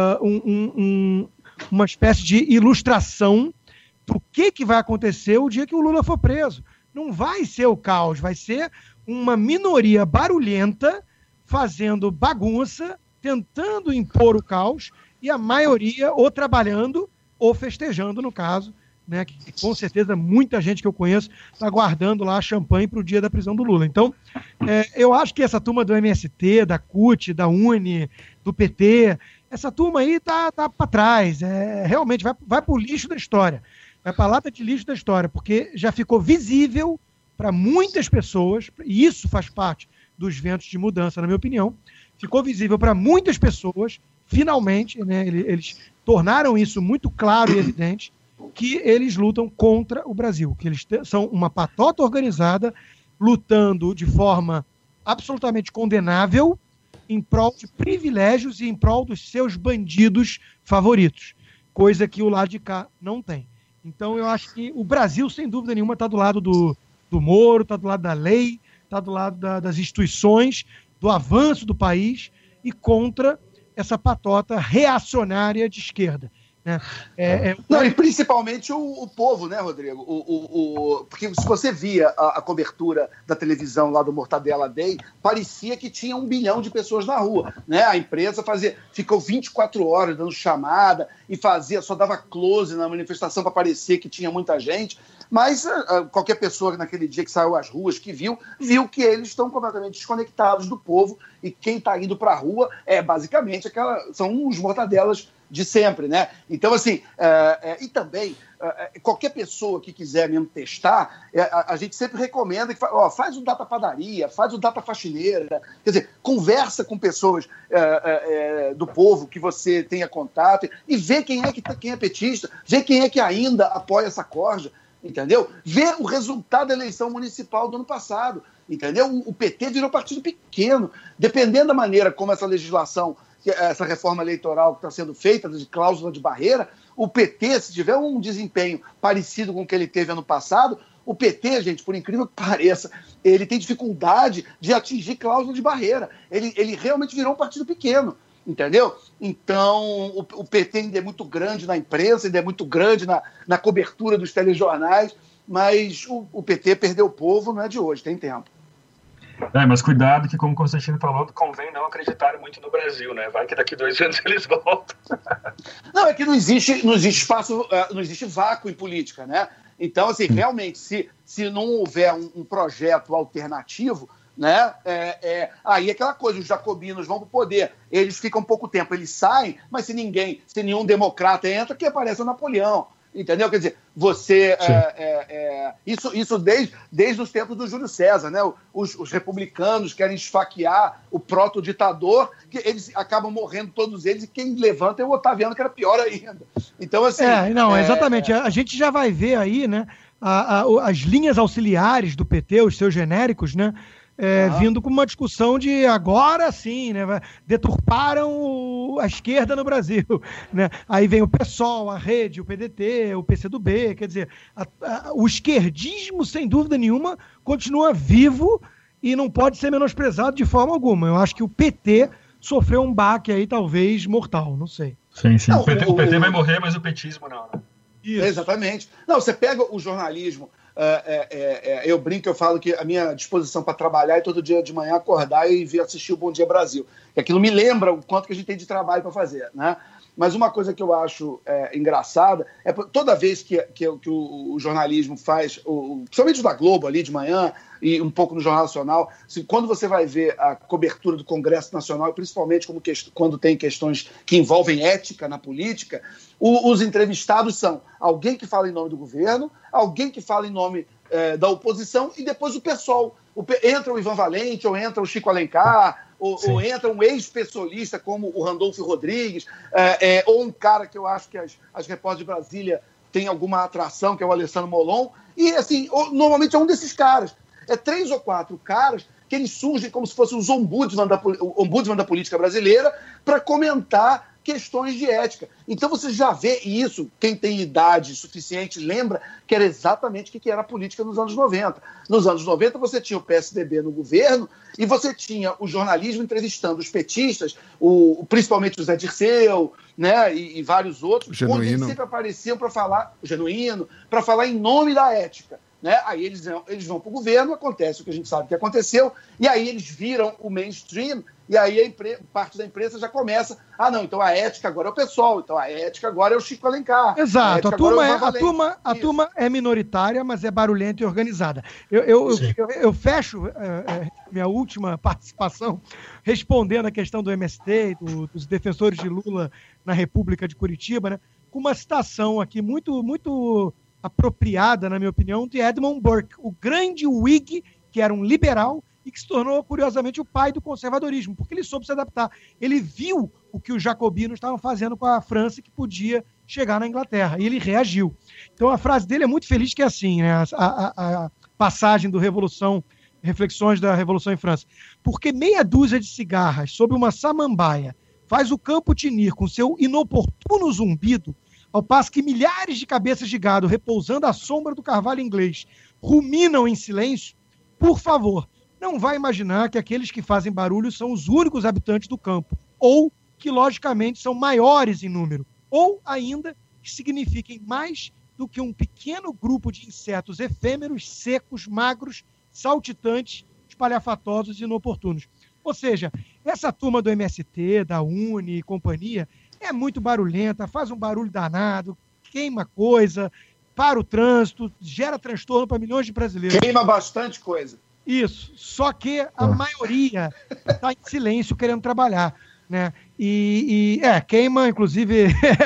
uma espécie de ilustração do que vai acontecer o dia que o Lula for preso. Não vai ser o caos, vai ser uma minoria barulhenta fazendo bagunça, tentando impor o caos, e a maioria ou trabalhando ou festejando, no caso, né, que com certeza muita gente que eu conheço está guardando lá champanhe para o dia da prisão do Lula. Então, eu acho que essa turma do MST, da CUT, da UNE, do PT, essa turma aí tá para trás, realmente vai para o lixo da história, vai para a lata de lixo da história, porque já ficou visível para muitas pessoas, e isso faz parte dos ventos de mudança, na minha opinião, ficou visível para muitas pessoas, finalmente, né, eles tornaram isso muito claro e evidente, que eles lutam contra o Brasil, que eles são uma patota organizada, lutando de forma absolutamente condenável em prol de privilégios e em prol dos seus bandidos favoritos, coisa que o lado de cá não tem. Então eu acho que o Brasil, sem dúvida nenhuma, está do lado do Moro, está do lado da lei, está do lado das instituições, do avanço do país e contra essa patota reacionária de esquerda. Né? Não, e principalmente o povo, né, Rodrigo? Porque se você via a cobertura da televisão lá do Mortadela Day, parecia que tinha 1 bilhão de pessoas na rua. Né? A empresa ficou 24 horas dando chamada e só dava close na manifestação para parecer que tinha muita gente. Mas qualquer pessoa naquele dia que saiu às ruas, que viu que eles estão completamente desconectados do povo, e quem está indo para a rua basicamente são os mortadelas de sempre, né? Então, assim, e também, qualquer pessoa que quiser mesmo testar, a gente sempre recomenda que faz o Data Padaria, faz o Data Faxineira, quer dizer, conversa com pessoas do povo que você tenha contato e vê quem é petista, vê quem é que ainda apoia essa corja, entendeu? Vê o resultado da eleição municipal do ano passado, entendeu? O PT virou partido pequeno, dependendo da maneira como essa legislação, essa reforma eleitoral que está sendo feita, de cláusula de barreira, o PT, se tiver um desempenho parecido com o que ele teve ano passado, o PT, gente, por incrível que pareça, ele tem dificuldade de atingir cláusula de barreira. Ele realmente virou um partido pequeno, entendeu? Então, o PT ainda é muito grande na imprensa, ainda é muito grande na cobertura dos telejornais, mas o PT perdeu o povo, não é de hoje, tem tempo. Mas cuidado que, como o Constantino falou, convém não acreditar muito no Brasil, né? Vai que daqui 2 anos eles voltam. Não, é que não existe espaço, não existe vácuo em política, né? Então, assim, realmente, se não houver um projeto alternativo, né? Aí é aquela coisa, os jacobinos vão para o poder, eles ficam pouco tempo, eles saem, mas se nenhum democrata entra, que aparece o Napoleão. Entendeu? Quer dizer, isso desde os tempos do Júlio César, né? Os republicanos querem esfaquear o proto-ditador, que eles acabam morrendo todos eles, e quem levanta é o Otaviano, que era pior ainda. Então, assim... exatamente. A gente já vai ver aí, né, as linhas auxiliares do PT, os seus genéricos, né? Vindo com uma discussão de agora sim, né? Deturparam a esquerda no Brasil, né? Aí vem o PSOL, a Rede, o PDT, o PCdoB, quer dizer, o esquerdismo, sem dúvida nenhuma, continua vivo e não pode ser menosprezado de forma alguma. Eu acho que o PT sofreu um baque aí, talvez, mortal, não sei. Sim. Não, o PT vai morrer, mas o petismo não, né? Isso. Exatamente. Não, você pega o jornalismo... eu brinco, eu falo que a minha disposição para trabalhar é todo dia de manhã acordar e vir assistir o Bom Dia Brasil. Que aquilo me lembra o quanto que a gente tem de trabalho para fazer, né? Mas uma coisa que eu acho engraçada é toda vez que o jornalismo faz, principalmente o da Globo ali de manhã e um pouco no Jornal Nacional, quando você vai ver a cobertura do Congresso Nacional, principalmente quando tem questões que envolvem ética na política, os entrevistados são alguém que fala em nome do governo, alguém que fala em nome da oposição e depois o PSOL. Entra o Ivan Valente, ou entra o Chico Alencar, ou entra um ex-pessoalista como o Randolfo Rodrigues, ou um cara que eu acho que as repórteres de Brasília têm alguma atração, que é o Alessandro Molon, e assim, normalmente é um desses caras. É 3 ou 4 caras que eles surgem como se fossem os ombudsman da política brasileira para comentar questões de ética. Então você já vê isso, quem tem idade suficiente lembra que era exatamente o que era a política nos anos 90. Nos anos 90 você tinha o PSDB no governo e você tinha o jornalismo entrevistando os petistas, principalmente o Zé Dirceu, né, e vários outros, Genuíno. onde eles sempre apareciam para falar, o Genuíno, para falar em nome da ética. Né? Aí eles vão para o governo, acontece o que a gente sabe que aconteceu, e aí eles viram o mainstream, e aí parte da imprensa já começa, não, então a ética agora é o pessoal, então a ética agora é o Chico Alencar. Exato, a turma é minoritária, mas é barulhenta e organizada. Eu fecho minha última participação respondendo a questão do MST, dos defensores de Lula na República de Curitiba, né, com uma citação aqui muito apropriada, na minha opinião, de Edmund Burke, o grande Whig, que era um liberal e que se tornou, curiosamente, o pai do conservadorismo, porque ele soube se adaptar. Ele viu o que os jacobinos estavam fazendo com a França, que podia chegar na Inglaterra, e ele reagiu. Então a frase dele é muito feliz, que é assim, né? A passagem do Reflexões da Revolução em França. Porque meia dúzia de cigarras sob uma samambaia faz o campo tinir com seu inoportuno zumbido, ao passo que milhares de cabeças de gado repousando à sombra do carvalho inglês ruminam em silêncio, por favor, não vá imaginar que aqueles que fazem barulho são os únicos habitantes do campo, ou que, logicamente, são maiores em número, ou ainda que signifiquem mais do que um pequeno grupo de insetos efêmeros, secos, magros, saltitantes, espalhafatosos e inoportunos. Ou seja, essa turma do MST, da Uni e companhia, é muito barulhenta, faz um barulho danado, queima coisa, para o trânsito, gera transtorno para milhões de brasileiros. Queima bastante coisa. Isso, só que a maioria está em silêncio querendo trabalhar, né? Queima, inclusive,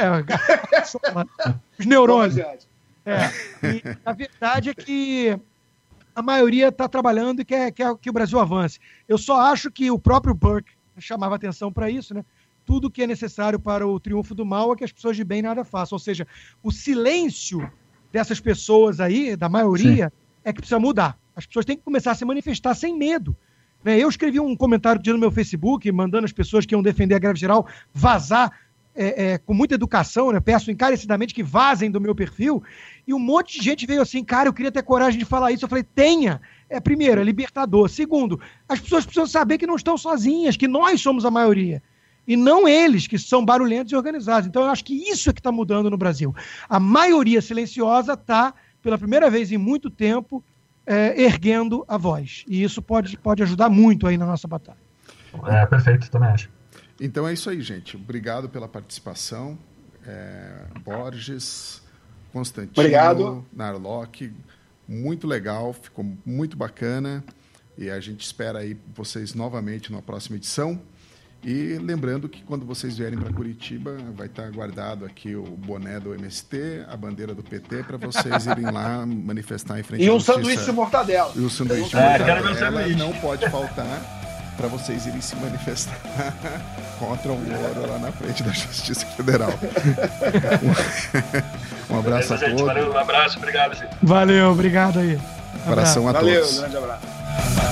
os neurônios. E a verdade é que a maioria está trabalhando e quer que o Brasil avance. Eu só acho que o próprio Burke chamava atenção para isso, né? Tudo que é necessário para o triunfo do mal é que as pessoas de bem nada façam. Ou seja, o silêncio dessas pessoas aí, da maioria, é que precisa mudar. As pessoas têm que começar a se manifestar sem medo. Né? Eu escrevi um comentário no meu Facebook, mandando as pessoas que iam defender a greve geral vazar com muita educação, né? Peço encarecidamente que vazem do meu perfil, e um monte de gente veio assim, cara, eu queria ter coragem de falar isso. Eu falei, tenha. Primeiro, é libertador. Segundo, as pessoas precisam saber que não estão sozinhas, que nós somos a maioria. E não eles, que são barulhentos e organizados. Então eu acho que isso é que está mudando no Brasil. A maioria silenciosa está, pela primeira vez em muito tempo, erguendo a voz. E isso pode ajudar muito aí na nossa batalha. Perfeito, também acho. Então é isso aí, gente. Obrigado pela participação. Borges, Constantino, obrigado. Narlock, muito legal, ficou muito bacana. E a gente espera aí vocês novamente na próxima edição. E lembrando que quando vocês vierem para Curitiba, vai estar guardado aqui o boné do MST, a bandeira do PT, para vocês irem lá manifestar em frente à justiça. E um sanduíche de mortadela. E o sanduíche de mortadela não pode faltar para vocês irem se manifestar contra o Moro lá na frente da Justiça Federal. Um abraço a todos. Valeu, um abraço, obrigado. Valeu, obrigado aí. Abração a todos. Valeu, grande abraço.